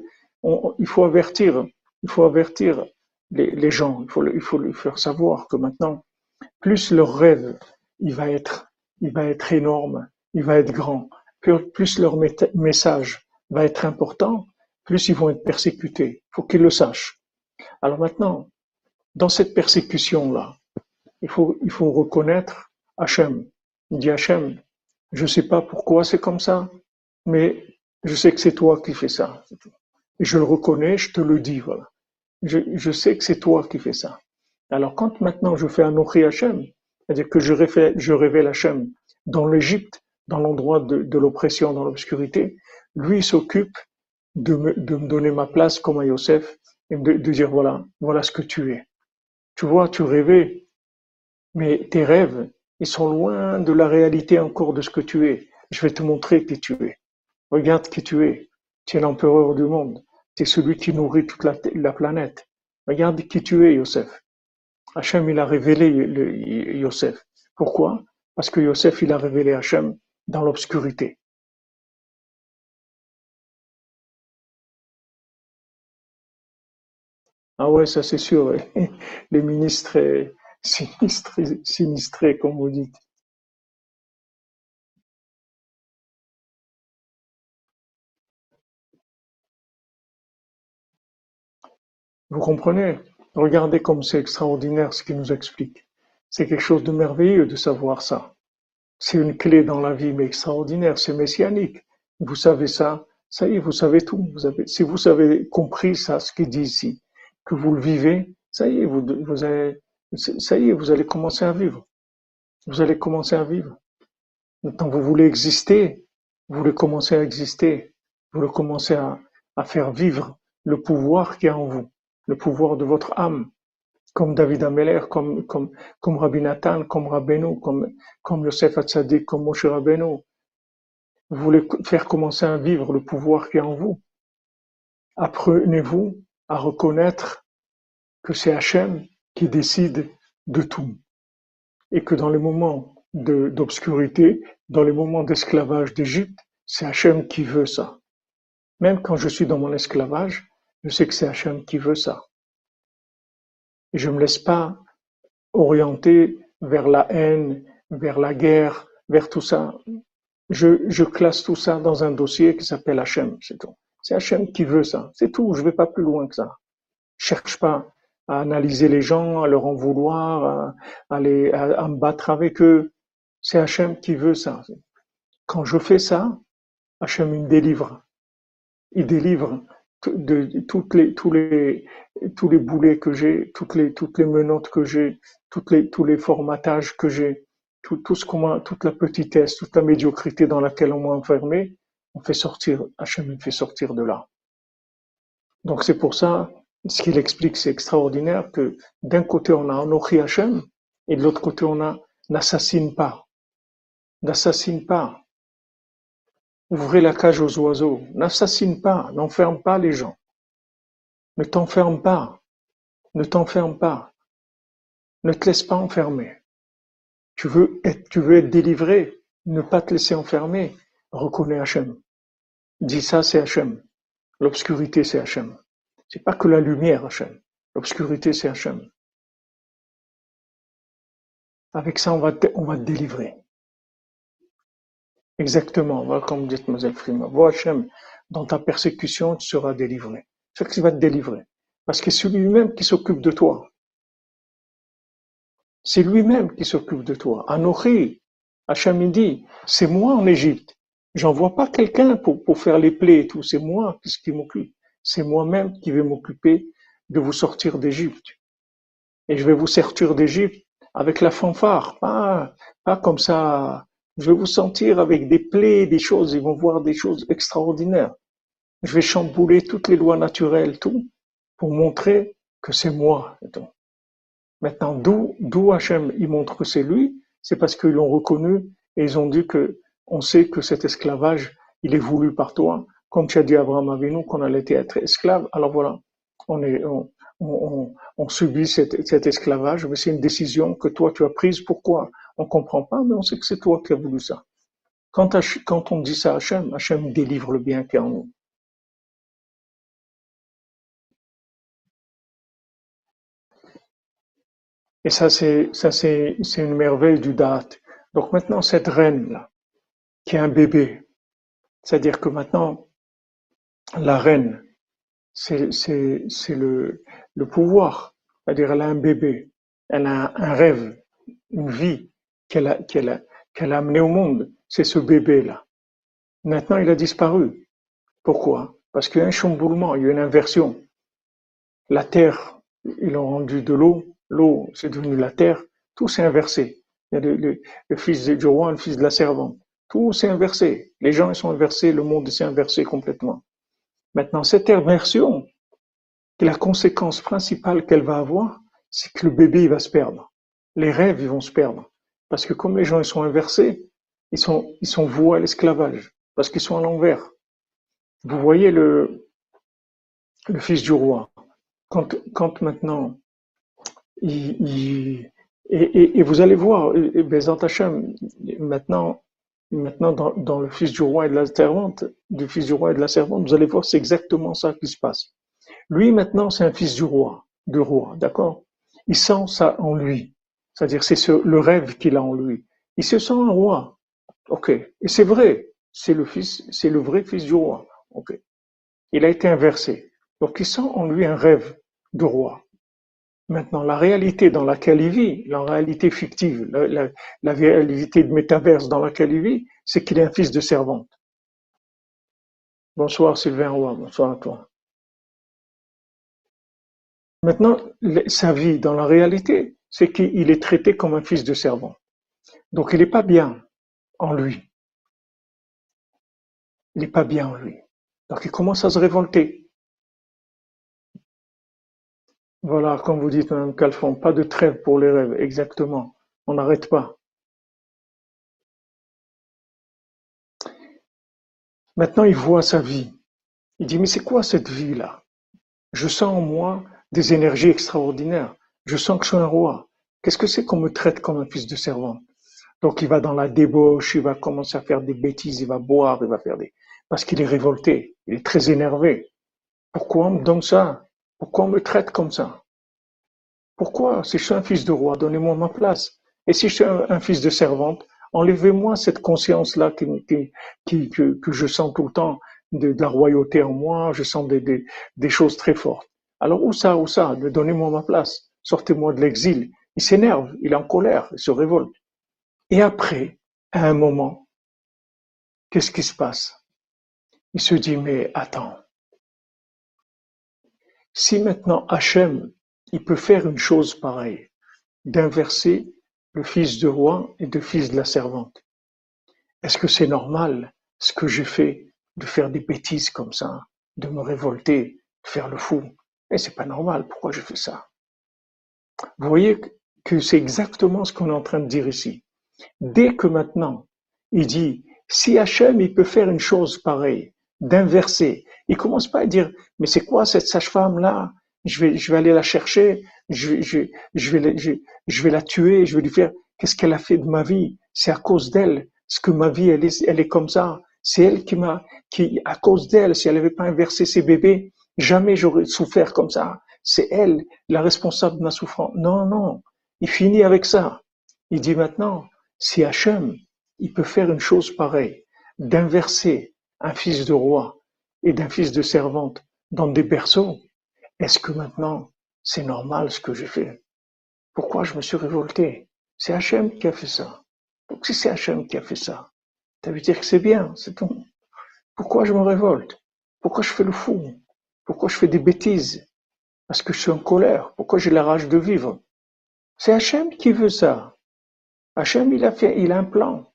Il faut avertir les gens, il faut leur faire savoir que maintenant, plus leur rêve, il va être énorme, il va être grand, plus leur message va être important, plus ils vont être persécutés. Il faut qu'ils le sachent. Alors maintenant, dans cette persécution-là, il faut reconnaître Hachem. Il dit Hachem, je ne sais pas pourquoi c'est comme ça, mais je sais que c'est toi qui fais ça. Et je le reconnais, je te le dis, voilà. Je sais que c'est toi qui fais ça. Alors quand maintenant je fais un Anochi Hachem, c'est-à-dire que je révèle Hachem dans l'Égypte, dans l'endroit de l'oppression, dans l'obscurité, lui il s'occupe de me donner ma place comme à Yosef et de dire voilà, voilà ce que tu es. Tu vois, tu rêvais, mais tes rêves, ils sont loin de la réalité encore de ce que tu es. Je vais te montrer qui tu es. Regarde qui tu es. Tu es l'empereur du monde. Tu es celui qui nourrit toute la planète. Regarde qui tu es, Yosef. Hachem, il a révélé Yosef. Pourquoi? Parce que Yosef, il a révélé Hachem dans l'obscurité. Ah ouais, ça c'est sûr. Les ministres sinistrés, comme vous dites. Vous comprenez? Regardez comme c'est extraordinaire ce qu'il nous explique. C'est quelque chose de merveilleux de savoir ça. C'est une clé dans la vie, mais extraordinaire, c'est messianique. Vous savez ça, ça y est, vous savez tout. Si vous avez compris ça, ce qu'il dit ici, que vous le vivez, ça y est, ça y est, vous allez commencer à vivre. Vous allez commencer à vivre. Maintenant, vous voulez exister, vous voulez commencer à exister, vous voulez commencer à faire vivre le pouvoir qui est en vous, le pouvoir de votre âme, comme David Ameller, comme Rabbi Nathan, comme Rabbeinu, comme Yosef Hatzadik, comme Moshe Rabbeinu. Vous voulez faire commencer à vivre le pouvoir qui est en vous. Apprenez-vous à reconnaître que c'est Hachem qui décide de tout. Et que dans les moments d'obscurité, dans les moments d'esclavage d'Égypte, c'est Hachem qui veut ça. Même quand je suis dans mon esclavage, je sais que c'est Hachem qui veut ça. Et je ne me laisse pas orienter vers la haine, vers la guerre, vers tout ça. Je classe tout ça dans un dossier qui s'appelle Hachem, c'est tout. C'est Hachem qui veut ça, c'est tout, je ne vais pas plus loin que ça. Je cherche pas à analyser les gens, à leur en vouloir, à me battre avec eux. C'est Hachem qui veut ça. Quand je fais ça, Hachem me délivre. Il délivre de tous les boulets que j'ai, toutes les menottes que j'ai, tous les formatages que j'ai, toute la petitesse, toute la médiocrité dans laquelle on m'a enfermé, Hachem me fait sortir de là. Donc c'est pour ça, ce qu'il explique, c'est extraordinaire que d'un côté on a Anochi Hachem et de l'autre côté on a n'assassine pas, n'assassine pas. Ouvrez la cage aux oiseaux, n'assassine pas, n'enferme pas les gens, ne t'enferme pas, ne t'enferme pas, ne te laisse pas enfermer. Tu veux être délivré, ne pas te laisser enfermer, reconnais Hachem. Dis ça, c'est Hachem. L'obscurité, c'est Hachem. C'est pas que la lumière, Hachem. L'obscurité, c'est Hachem. Avec ça, on va te délivrer. Exactement, voilà comme dit Mlle Frima. Vois Hachem, dans ta persécution, tu seras délivré. C'est qu'il va te délivrer. Parce que c'est lui-même qui s'occupe de toi. C'est lui-même qui s'occupe de toi. Anochi, Hachem il dit, c'est moi en Égypte. J'envoie pas quelqu'un pour faire les plaies et tout. C'est moi qui m'occupe. C'est moi-même qui vais m'occuper de vous sortir d'Égypte. Et je vais vous sortir d'Égypte avec la fanfare. Pas comme ça. Je vais vous sentir avec des plaies, des choses. Ils vont voir des choses extraordinaires. Je vais chambouler toutes les lois naturelles, tout, pour montrer que c'est moi. Maintenant, d'où Hachem, il montre que c'est lui, c'est parce qu'ils l'ont reconnu et ils ont dit que, on sait que cet esclavage, il est voulu par toi, comme tu as dit à Abraham Avinu qu'on allait être esclave. Alors voilà, on subit cet esclavage, mais c'est une décision que toi tu as prise. Pourquoi? On comprend pas, mais on sait que c'est toi qui as voulu ça. Quand on dit ça à Hachem, Hachem délivre le bien qui est en nous. Et c'est une merveille du date. Donc maintenant, cette reine-là, qui est un bébé, c'est-à-dire que maintenant, la reine, c'est le pouvoir. C'est-à-dire, elle a un bébé, elle a un rêve, une vie qu'elle a amené au monde. C'est ce bébé-là. Maintenant, il a disparu. Pourquoi? Parce qu'il y a un chamboulement, il y a une inversion. La terre, ils l'ont rendu de l'eau, l'eau, c'est devenu la terre, tout s'est inversé. Il y a le fils du roi, le fils de la servante. Tout s'est inversé. Les gens ils sont inversés, le monde s'est inversé complètement. Maintenant, cette inversion, la conséquence principale qu'elle va avoir, c'est que le bébé il va se perdre. Les rêves ils vont se perdre. Parce que comme les gens ils sont inversés, ils sont voués à l'esclavage. Parce qu'ils sont à l'envers. Vous voyez le fils du roi. Quand maintenant, il- et vous allez voir, Bezat Hachem, maintenant, maintenant dans le fils du roi et de la servante, du fils du roi et de la servante, vous allez voir, c'est exactement ça qui se passe. Lui, maintenant, c'est un fils du roi, d'accord? Il sent ça en lui. C'est-à-dire, le rêve qu'il a en lui. Il se sent un roi. Ok. Et c'est vrai. C'est le vrai fils du roi. Ok. Il a été inversé. Donc, il sent en lui un rêve de roi. Maintenant, la réalité dans laquelle il vit, la réalité fictive, la réalité de métaverse dans laquelle il vit, c'est qu'il est un fils de servante. Bonsoir Sylvain Roy, bonsoir à toi. Maintenant, sa vie dans la réalité, c'est qu'il est traité comme un fils de servant. Donc il n'est pas bien en lui. Il n'est pas bien en lui. Donc il commence à se révolter. Voilà, comme vous dites, Mme Calfon, pas de trêve pour les rêves, exactement. On n'arrête pas. Maintenant, il voit sa vie. Il dit, mais c'est quoi cette vie-là? Je sens en moi des énergies extraordinaires. Je sens que je suis un roi. Qu'est-ce que c'est qu'on me traite comme un fils de servant? Donc il va dans la débauche, il va commencer à faire des bêtises, il va boire, il va faire des... Parce qu'il est révolté, il est très énervé. Pourquoi on me donne ça? Pourquoi on me traite comme ça? Pourquoi? Si je suis un fils de roi, donnez-moi ma place. Et si je suis un fils de servante, enlevez-moi cette conscience-là que je sens tout le temps de la royauté en moi, je sens des choses très fortes. Alors où ça? Donnez-moi ma place. Sortez-moi de l'exil. Il s'énerve, il est en colère, il se révolte. Et après, à un moment, qu'est-ce qui se passe? Il se dit, mais attends, si maintenant Hachem, il peut faire une chose pareille, d'inverser le fils du roi et le fils de la servante, est-ce que c'est normal ce que j'ai fait de faire des bêtises comme ça, de me révolter, de faire le fou? Et c'est pas normal, pourquoi je fais ça? Vous voyez que c'est exactement ce qu'on est en train de dire ici. Dès que maintenant, il dit, si Hachem, il peut faire une chose pareille, d'inverser, il commence pas à dire, mais c'est quoi cette sage-femme-là? Je vais aller la chercher, je vais la tuer, je vais lui faire, qu'est-ce qu'elle a fait de ma vie? C'est à cause d'elle, ce que ma vie, elle est comme ça. C'est elle à cause d'elle, si elle n'avait pas inversé ses bébés, jamais j'aurais souffert comme ça. C'est elle, la responsable de ma souffrance. Non, non. Il finit avec ça. Il dit maintenant, si Hachem, il peut faire une chose pareille, d'inverser un fils de roi et d'un fils de servante dans des berceaux, est-ce que maintenant c'est normal ce que j'ai fait? Pourquoi je me suis révolté? C'est Hachem qui a fait ça. Donc si c'est Hachem qui a fait ça, ça veut dire que c'est bien, c'est tout. Pourquoi je me révolte? Pourquoi je fais le fou? Pourquoi je fais des bêtises? Parce que je suis en colère. Pourquoi j'ai la rage de vivre? C'est Hachem qui veut ça. Hachem, il a un plan.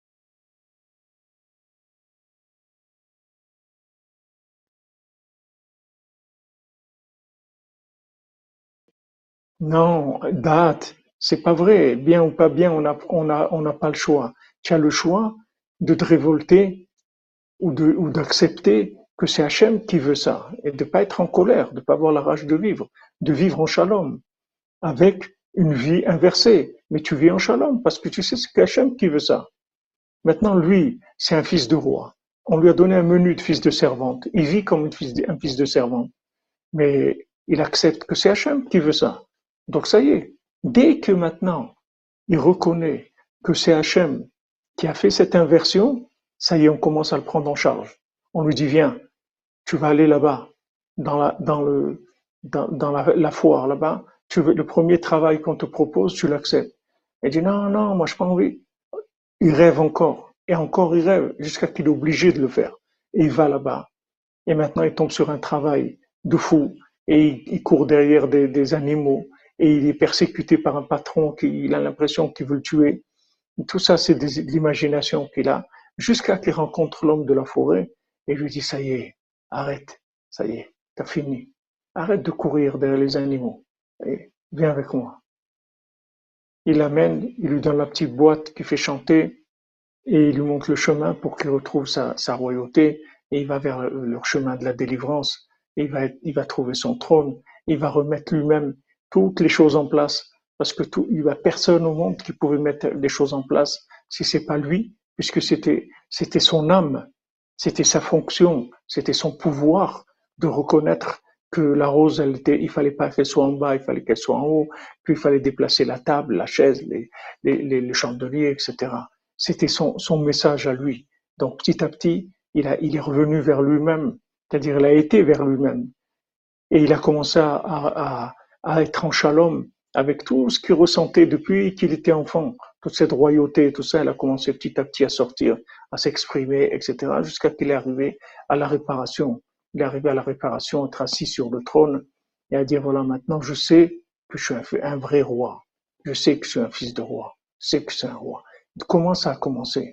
Non, date, c'est pas vrai. Bien ou pas bien, on n'a pas le choix. Tu as le choix de te révolter ou d'accepter que c'est Hachem qui veut ça et de pas être en colère, de pas avoir la rage de vivre en shalom avec une vie inversée. Mais tu vis en shalom parce que tu sais c'est Hachem qui veut ça. Maintenant, lui, c'est un fils de roi. On lui a donné un menu de fils de servante. Il vit comme un fils de servante. Mais il accepte que c'est Hachem qui veut ça. Donc ça y est, dès que maintenant il reconnaît que c'est Hachem qui a fait cette inversion, ça y est, on commence à le prendre en charge. On lui dit, viens, tu vas aller là-bas, dans la foire là-bas, le premier travail qu'on te propose, tu l'acceptes. Il dit, non, non, moi je n'ai pas envie. Il rêve encore, et encore il rêve, jusqu'à qu'il est obligé de le faire. Et il va là-bas. Et maintenant, il tombe sur un travail de fou et il court derrière des animaux et il est persécuté par un patron qui il a l'impression qu'il veut le tuer. Tout ça, c'est de l'imagination qu'il a jusqu'à qu'il rencontre l'homme de la forêt et lui dit, ça y est, arrête, ça y est, t'as fini. Arrête de courir derrière les animaux et viens avec moi. Il l'amène, il lui donne la petite boîte qui fait chanter et il lui montre le chemin pour qu'il retrouve sa royauté et il va vers le chemin de la délivrance, et il va trouver son trône, il va remettre lui-même toutes les choses en place, parce que il n'y a personne au monde qui pouvait mettre les choses en place si c'est pas lui, puisque c'était son âme, c'était sa fonction, c'était son pouvoir de reconnaître que la rose, il fallait pas qu'elle soit en bas, il fallait qu'elle soit en haut, puis il fallait déplacer la table, la chaise, les chandeliers, etc. C'était son message à lui. Donc petit à petit, il est revenu vers lui-même, c'est-à-dire il a été vers lui-même. Et il a commencé à être en shalom avec tout ce qu'il ressentait depuis qu'il était enfant. Toute cette royauté, tout ça, il a commencé petit à petit à sortir, à s'exprimer, etc., jusqu'à qu'il est arrivé à la réparation. Il est arrivé à la réparation, être assis sur le trône et à dire, voilà, maintenant je sais que je suis un vrai roi. Je sais que je suis un fils de roi. Je sais que c'est un roi. Comment ça a commencé?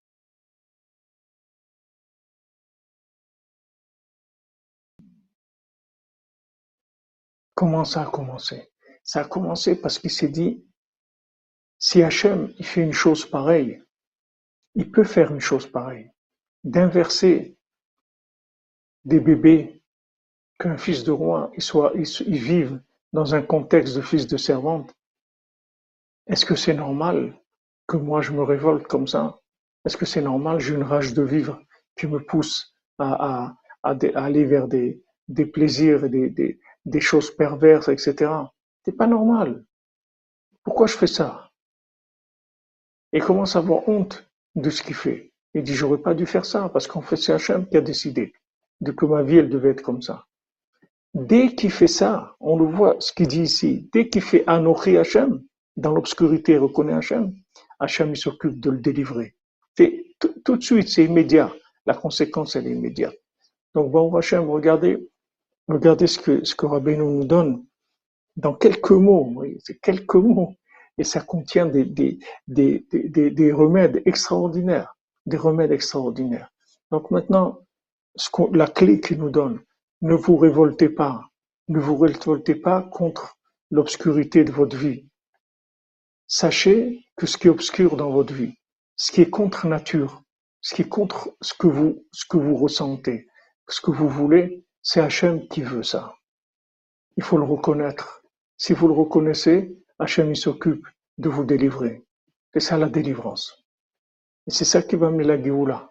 Comment ça a commencé? Ça a commencé parce qu'il s'est dit, si Hachem il fait une chose pareille, il peut faire une chose pareille. D'inverser des bébés, qu'un fils de roi il vive dans un contexte de fils de servante. Est-ce que c'est normal que moi je me révolte comme ça? Est-ce que c'est normal? J'ai une rage de vivre qui me pousse à aller vers des plaisirs, des choses perverses, etc. C'est pas normal. Pourquoi je fais ça? Et commence à avoir honte de ce qu'il fait. Il dit, j'aurais pas dû faire ça, parce qu'en fait, c'est Hachem qui a décidé de que ma vie, elle devait être comme ça. Dès qu'il fait ça, on le voit, ce qu'il dit ici, dès qu'il fait Anochi Hachem, dans l'obscurité, il reconnaît Hachem, Hachem, il s'occupe de le délivrer. C'est tout de suite, c'est immédiat. La conséquence, elle est immédiate. Donc, bon, Hachem, regardez ce que Rabbeinu nous donne dans quelques mots, oui, c'est quelques mots, et ça contient des remèdes extraordinaires, des remèdes extraordinaires. Donc maintenant, la clé qu'il nous donne, ne vous révoltez pas, ne vous révoltez pas contre l'obscurité de votre vie. Sachez que ce qui est obscur dans votre vie, ce qui est contre nature, ce qui est contre ce que vous ressentez, ce que vous voulez, c'est Hachem qui veut ça. Il faut le reconnaître. Si vous le reconnaissez, Hachem il s'occupe de vous délivrer. C'est ça la délivrance. Et c'est ça qui va amener la Géoula.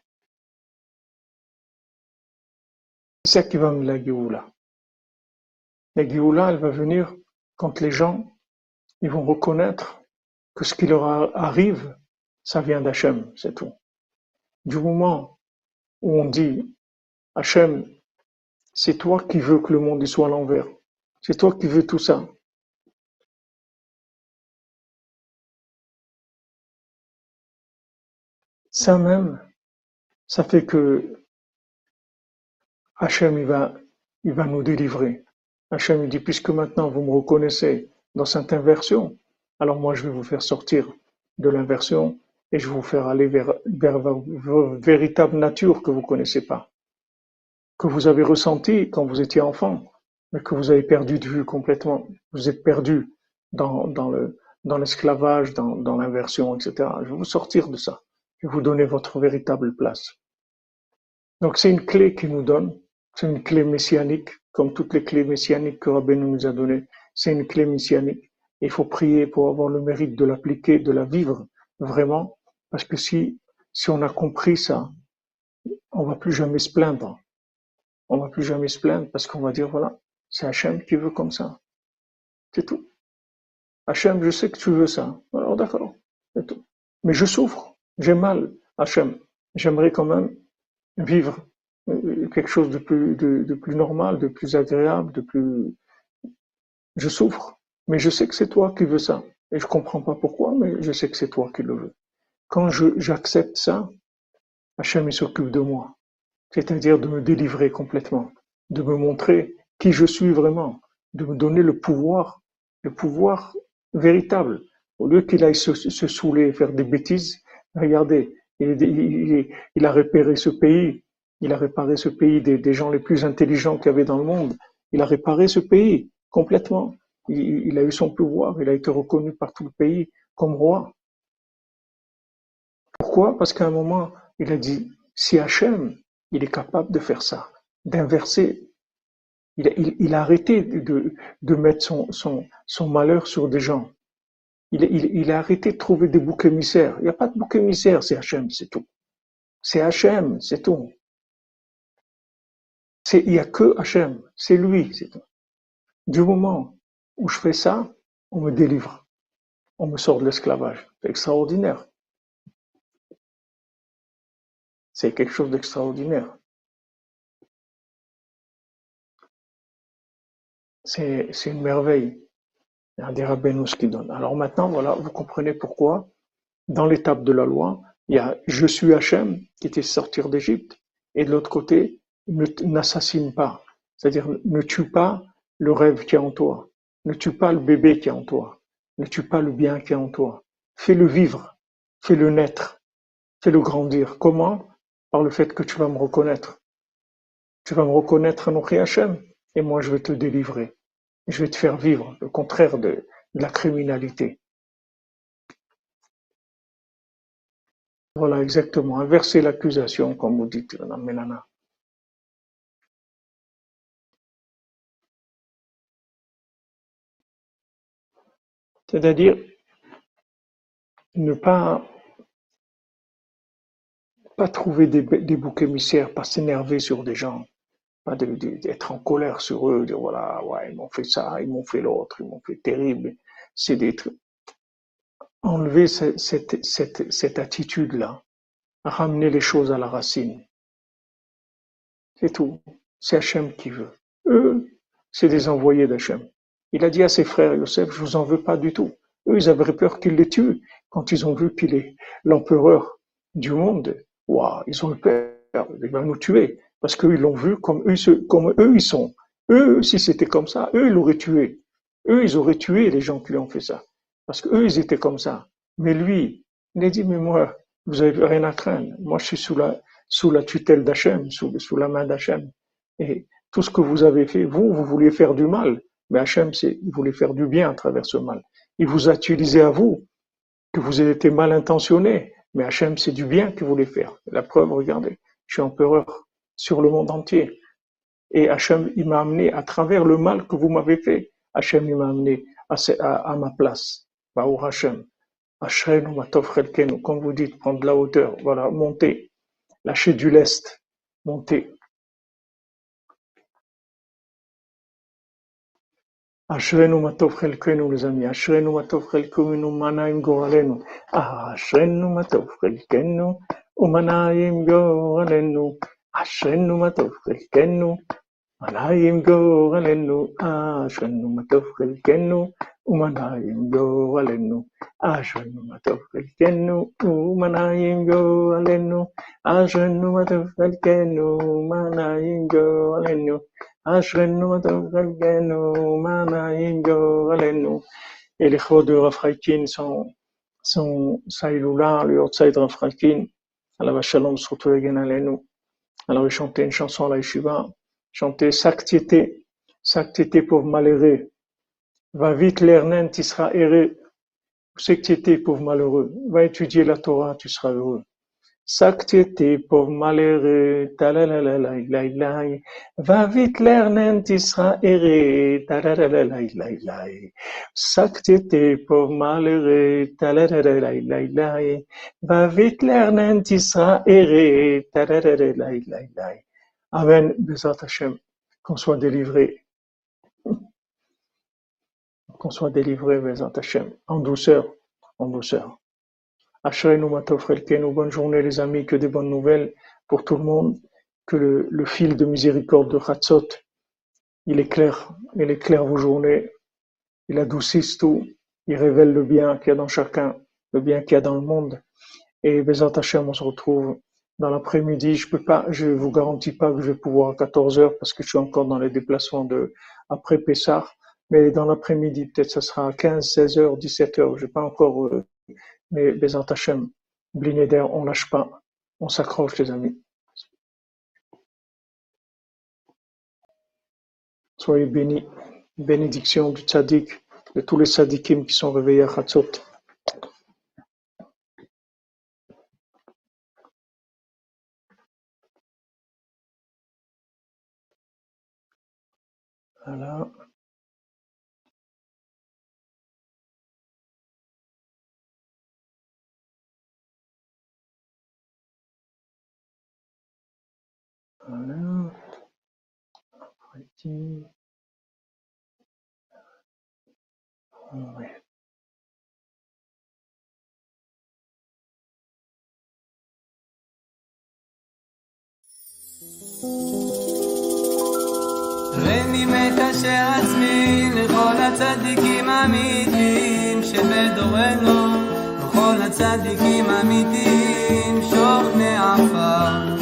C'est ça qui va amener la Géoula. La Géoula, elle va venir quand les gens ils vont reconnaître que ce qui leur arrive, ça vient d'Hachem, c'est tout. Du moment où on dit Hachem, c'est toi qui veux que le monde soit à l'envers, c'est toi qui veux tout ça. Ça même, ça fait que Hachem, il va nous délivrer. Hachem, il dit, puisque maintenant vous me reconnaissez dans cette inversion, alors moi je vais vous faire sortir de l'inversion et je vais vous faire aller vers votre véritable nature que vous ne connaissez pas, que vous avez ressenti quand vous étiez enfant, mais que vous avez perdu de vue complètement. Vous êtes perdu dans l'esclavage, dans l'inversion, etc. Je vais vous sortir de ça. Je vais vous donner votre véritable place. Donc c'est une clé qu'il nous donne, c'est une clé messianique, comme toutes les clés messianiques que Rabbeinu nous a données, c'est une clé messianique. Il faut prier pour avoir le mérite de l'appliquer, de la vivre vraiment, parce que si on a compris ça, on va plus jamais se plaindre. On va plus jamais se plaindre parce qu'on va dire voilà, c'est Hachem qui veut comme ça. C'est tout. Hachem, je sais que tu veux ça. Alors d'accord, c'est tout. Mais je souffre, j'ai mal, Hachem. J'aimerais quand même vivre quelque chose de plus normal, de plus agréable, de plus. Je souffre, mais je sais que c'est toi qui veux ça. Et je comprends pas pourquoi, mais je sais que c'est toi qui le veux. Quand j'accepte ça, Hachem il s'occupe de moi. C'est-à-dire de me délivrer complètement, de me montrer qui je suis vraiment, de me donner le pouvoir véritable. Au lieu qu'il aille se saouler et faire des bêtises, regardez, il a réparé ce pays, il a réparé ce pays des gens les plus intelligents qu'il y avait dans le monde. Il a réparé ce pays complètement. Il a eu son pouvoir, il a été reconnu par tout le pays comme roi. Pourquoi? Parce qu'à un moment, il a dit, si Hachem, il est capable de faire ça, d'inverser. Il a arrêté de mettre son malheur sur des gens. Il a arrêté de trouver des boucs émissaires. Il n'y a pas de bouc émissaire, c'est Hachem, c'est tout. C'est Hachem, c'est tout. Il n'y a que Hachem, c'est lui, c'est tout. Du moment où je fais ça, on me délivre, on me sort de l'esclavage. C'est extraordinaire. C'est quelque chose d'extraordinaire. C'est une merveille. Il y a des rabbinus qui donnent. Alors maintenant, voilà, vous comprenez pourquoi, dans l'étape de la loi, il y a je suis Hachem qui était sortir d'Égypte, et de l'autre côté, n'assassine pas. C'est-à-dire, ne tue pas le rêve qui est en toi. Ne tue pas le bébé qui est en toi. Ne tue pas le bien qui est en toi. Fais-le vivre. Fais-le naître. Fais-le grandir. Comment? Par le fait que tu vas me reconnaître. Tu vas me reconnaître Anochi Hachem, et moi je vais te délivrer. Je vais te faire vivre le contraire de la criminalité. Voilà, exactement. Inverser l'accusation, comme vous dites, Madame Mélana. C'est-à-dire ne pas trouver des boucs émissaires, pas s'énerver sur des gens, pas d'être en colère sur eux, dire voilà, ouais, ils m'ont fait ça, ils m'ont fait l'autre, ils m'ont fait terrible. C'est d'être enlever cette attitude-là, ramener les choses à la racine. C'est tout. C'est Hachem qui veut. Eux, c'est des envoyés d'Hachem. Il a dit à ses frères, Yosef, je vous en veux pas du tout. Eux, ils avaient peur qu'il les tue. Quand ils ont vu qu'il est l'empereur du monde, waouh, ils ont eu peur. Il va nous tuer. Parce qu'eux, ils l'ont vu comme eux, ils sont. Eux, si c'était comme ça, eux, ils l'auraient tué. Eux, ils auraient tué les gens qui lui ont fait ça. Parce qu'eux, ils étaient comme ça. Mais lui, il a dit, mais moi, vous avez rien à craindre. Moi, je suis sous la tutelle d'Hachem, sous la main d'Hachem. Et tout ce que vous avez fait, vous vouliez faire du mal. Mais Hachem, il voulait faire du bien à travers ce mal. Il vous a utilisé à vous, que vous avez été mal intentionné. Mais Hachem, c'est du bien qu'il voulait faire. La preuve, regardez, je suis empereur sur le monde entier. Et Hachem, il m'a amené à travers le mal que vous m'avez fait. Hachem, il m'a amené à ma place. Baour Hachem. Ashrenu matov chelkenu. Comme vous dites, prendre de la hauteur. Voilà, monter. Lâcher du lest. Monter. אשרינו מה טוב חלקנו לזמי, אשרינו מה טוב חלקנו ומנה עם גורלנו, אשרינו מה טוב חלקנו ומנה עם גורלנו, אשרינו מה טוב חלקנו, מנה עם גורלנו, אשרינו מה טוב חלקנו ומנה עם גורלנו, אשרינו מה טוב חלקנו ומנה עם גורלנו, אשרינו מה טוב חלקנו ומנה עם גורלנו, אשרינו מה טוב חלקנו, מה נעים גורלנו. Et les chos de Rav Chaikin sont Saïloula, le Yortzai de Rav Chaikin, Allah Shalom surtout Egen Alenu. Alors il chantait une chanson à la Yeshiva, chantait Saktiété pauvre malheureux, va vite l'ernen, tu seras heureux. Saktiété pauvre malheureux, va étudier la Torah, tu seras heureux. Saktiété pauvre malheureux, talalalaïlaïlaï, va vite lernen, tu seras erré, talalalaïlaïlaï. Saktiété pauvre malheureux, talalalaïlaïlaï, va vite lernen, tu seras erré, talalalaïlaïlaï. Amen, Bezat Hashem, qu'on soit délivré, Bezat Hashem, en douceur, en douceur. Ashrenu matov chelkenu, bonne journée les amis, que des bonnes nouvelles pour tout le monde, que le fil de miséricorde de Chatzot, il éclaire vos journées, il adoucisse tout, il révèle le bien qu'il y a dans chacun, le bien qu'il y a dans le monde. Et Bezat Hashem, on se retrouve dans l'après-midi. Je vous garantis pas que je vais pouvoir à 14 heures parce que je suis encore dans les déplacements après Pessah, mais dans l'après-midi, peut-être ça sera à 15, 16 heures, 17 heures, je vais pas encore, mais Bezat Hashem, Blinéder, on lâche pas, on s'accroche les amis. Soyez bénis, bénédiction du tzaddik, de tous les tzaddikim qui sont réveillés à Chatzot. Voilà. Voilà. Ici. Ouais. הריני מקשר עצמי לכל הצדיקים האמיתיים שבדורנו, לכל הצדיקים האמיתיים שוכני עפר,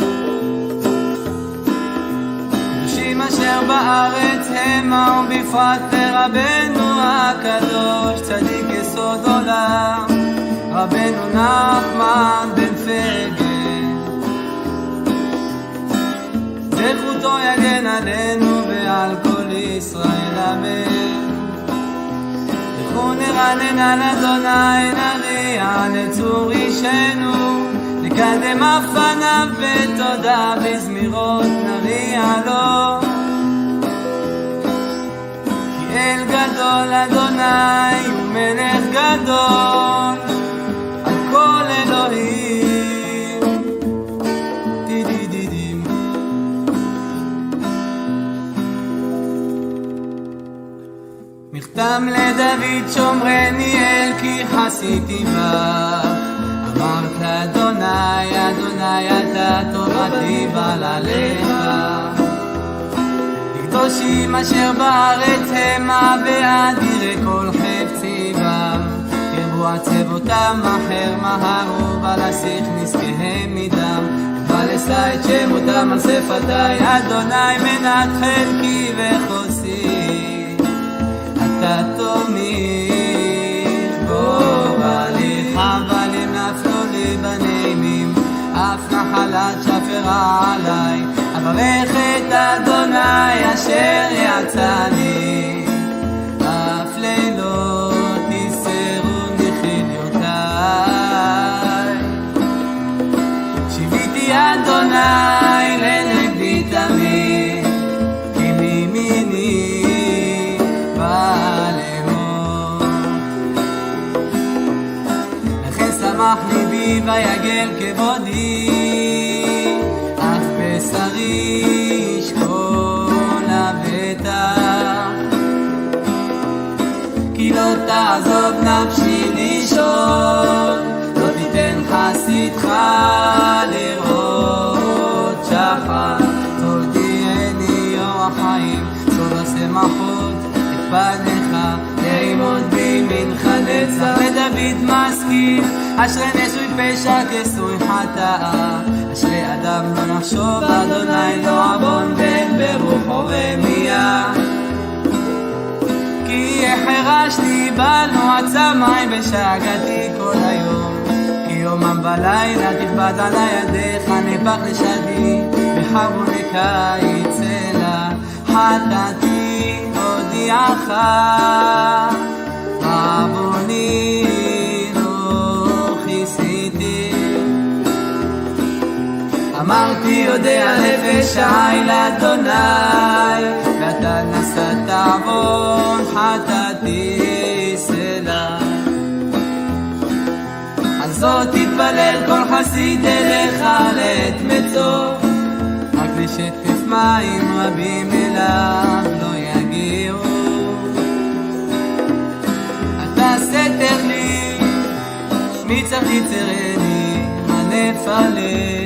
קדושים אשר בארץ המה, ובפרט לרבנו הקדוש צדיק יסוד עולם, רבנו נחמן בן פגל, זכותו יגן עלינו ועל כל ישראל אמן. לכו נרנן על אדוני, נריע לצור אישנו, נקדם אף פניו בתודה, בזמירות נריע לו. כי אל גדול אדוני ומלך גדול על כל אלוהים. דידידידים. מכתם לדוד שומרני אל כי חסיתי בך, אמרת אדוני אדוני אתה תורתי בא עליך. לקדושים אשר בארץ המה, באדירי כל חפצי בם, ירבו עצבותם אחר מהרו, בלסיך נזקיהם מדם, בלשא את שמותם על שפתי, אדוני מנת חלקי וחוסי, אתה תומיך בו בליך, בלים נפלו לי בנעימים, אף נחלת שפרה עלי, אברך את אדוני אשר יצאני, אף לילות תסרו מחיליותיי. שיביתי אדוני לנגדי תמיד, כי מימיני בא לאמור. לכן שמח ליבי ויגל כבודי, אף בשרי ישכון לבטח, כי לא תעזוב נפשי לישון, לא תיתן חסידך לראות שחר. תודיעני יום החיים, סוד השמחות את פניך, לעמוד בימינך נצח. לדוד משכיל, אשרי נשוי פשע כסוי חטאה, אשרי אדם לא נחשוב אדוני לא עוון, בן ברוחו רמייה. כי החרשתי בנו עצמי בשגתי כל היום, כי יומם בלילה תכבד עלי ידיך, נפח לשדי בחרוני קיץ אלה. חטאתי הודיעך עווני לא כיסיתי, אמרתי יודע נפש חי לאדוני, ואתה נשאת עוון חטאתי סלע. על זאת תתפלל כל חסיד אליך לעת מצוא, רק לשטף מים רבים אליו לא יגיעו. אתה סתר לי שמי צריך יצרני, מה נפלא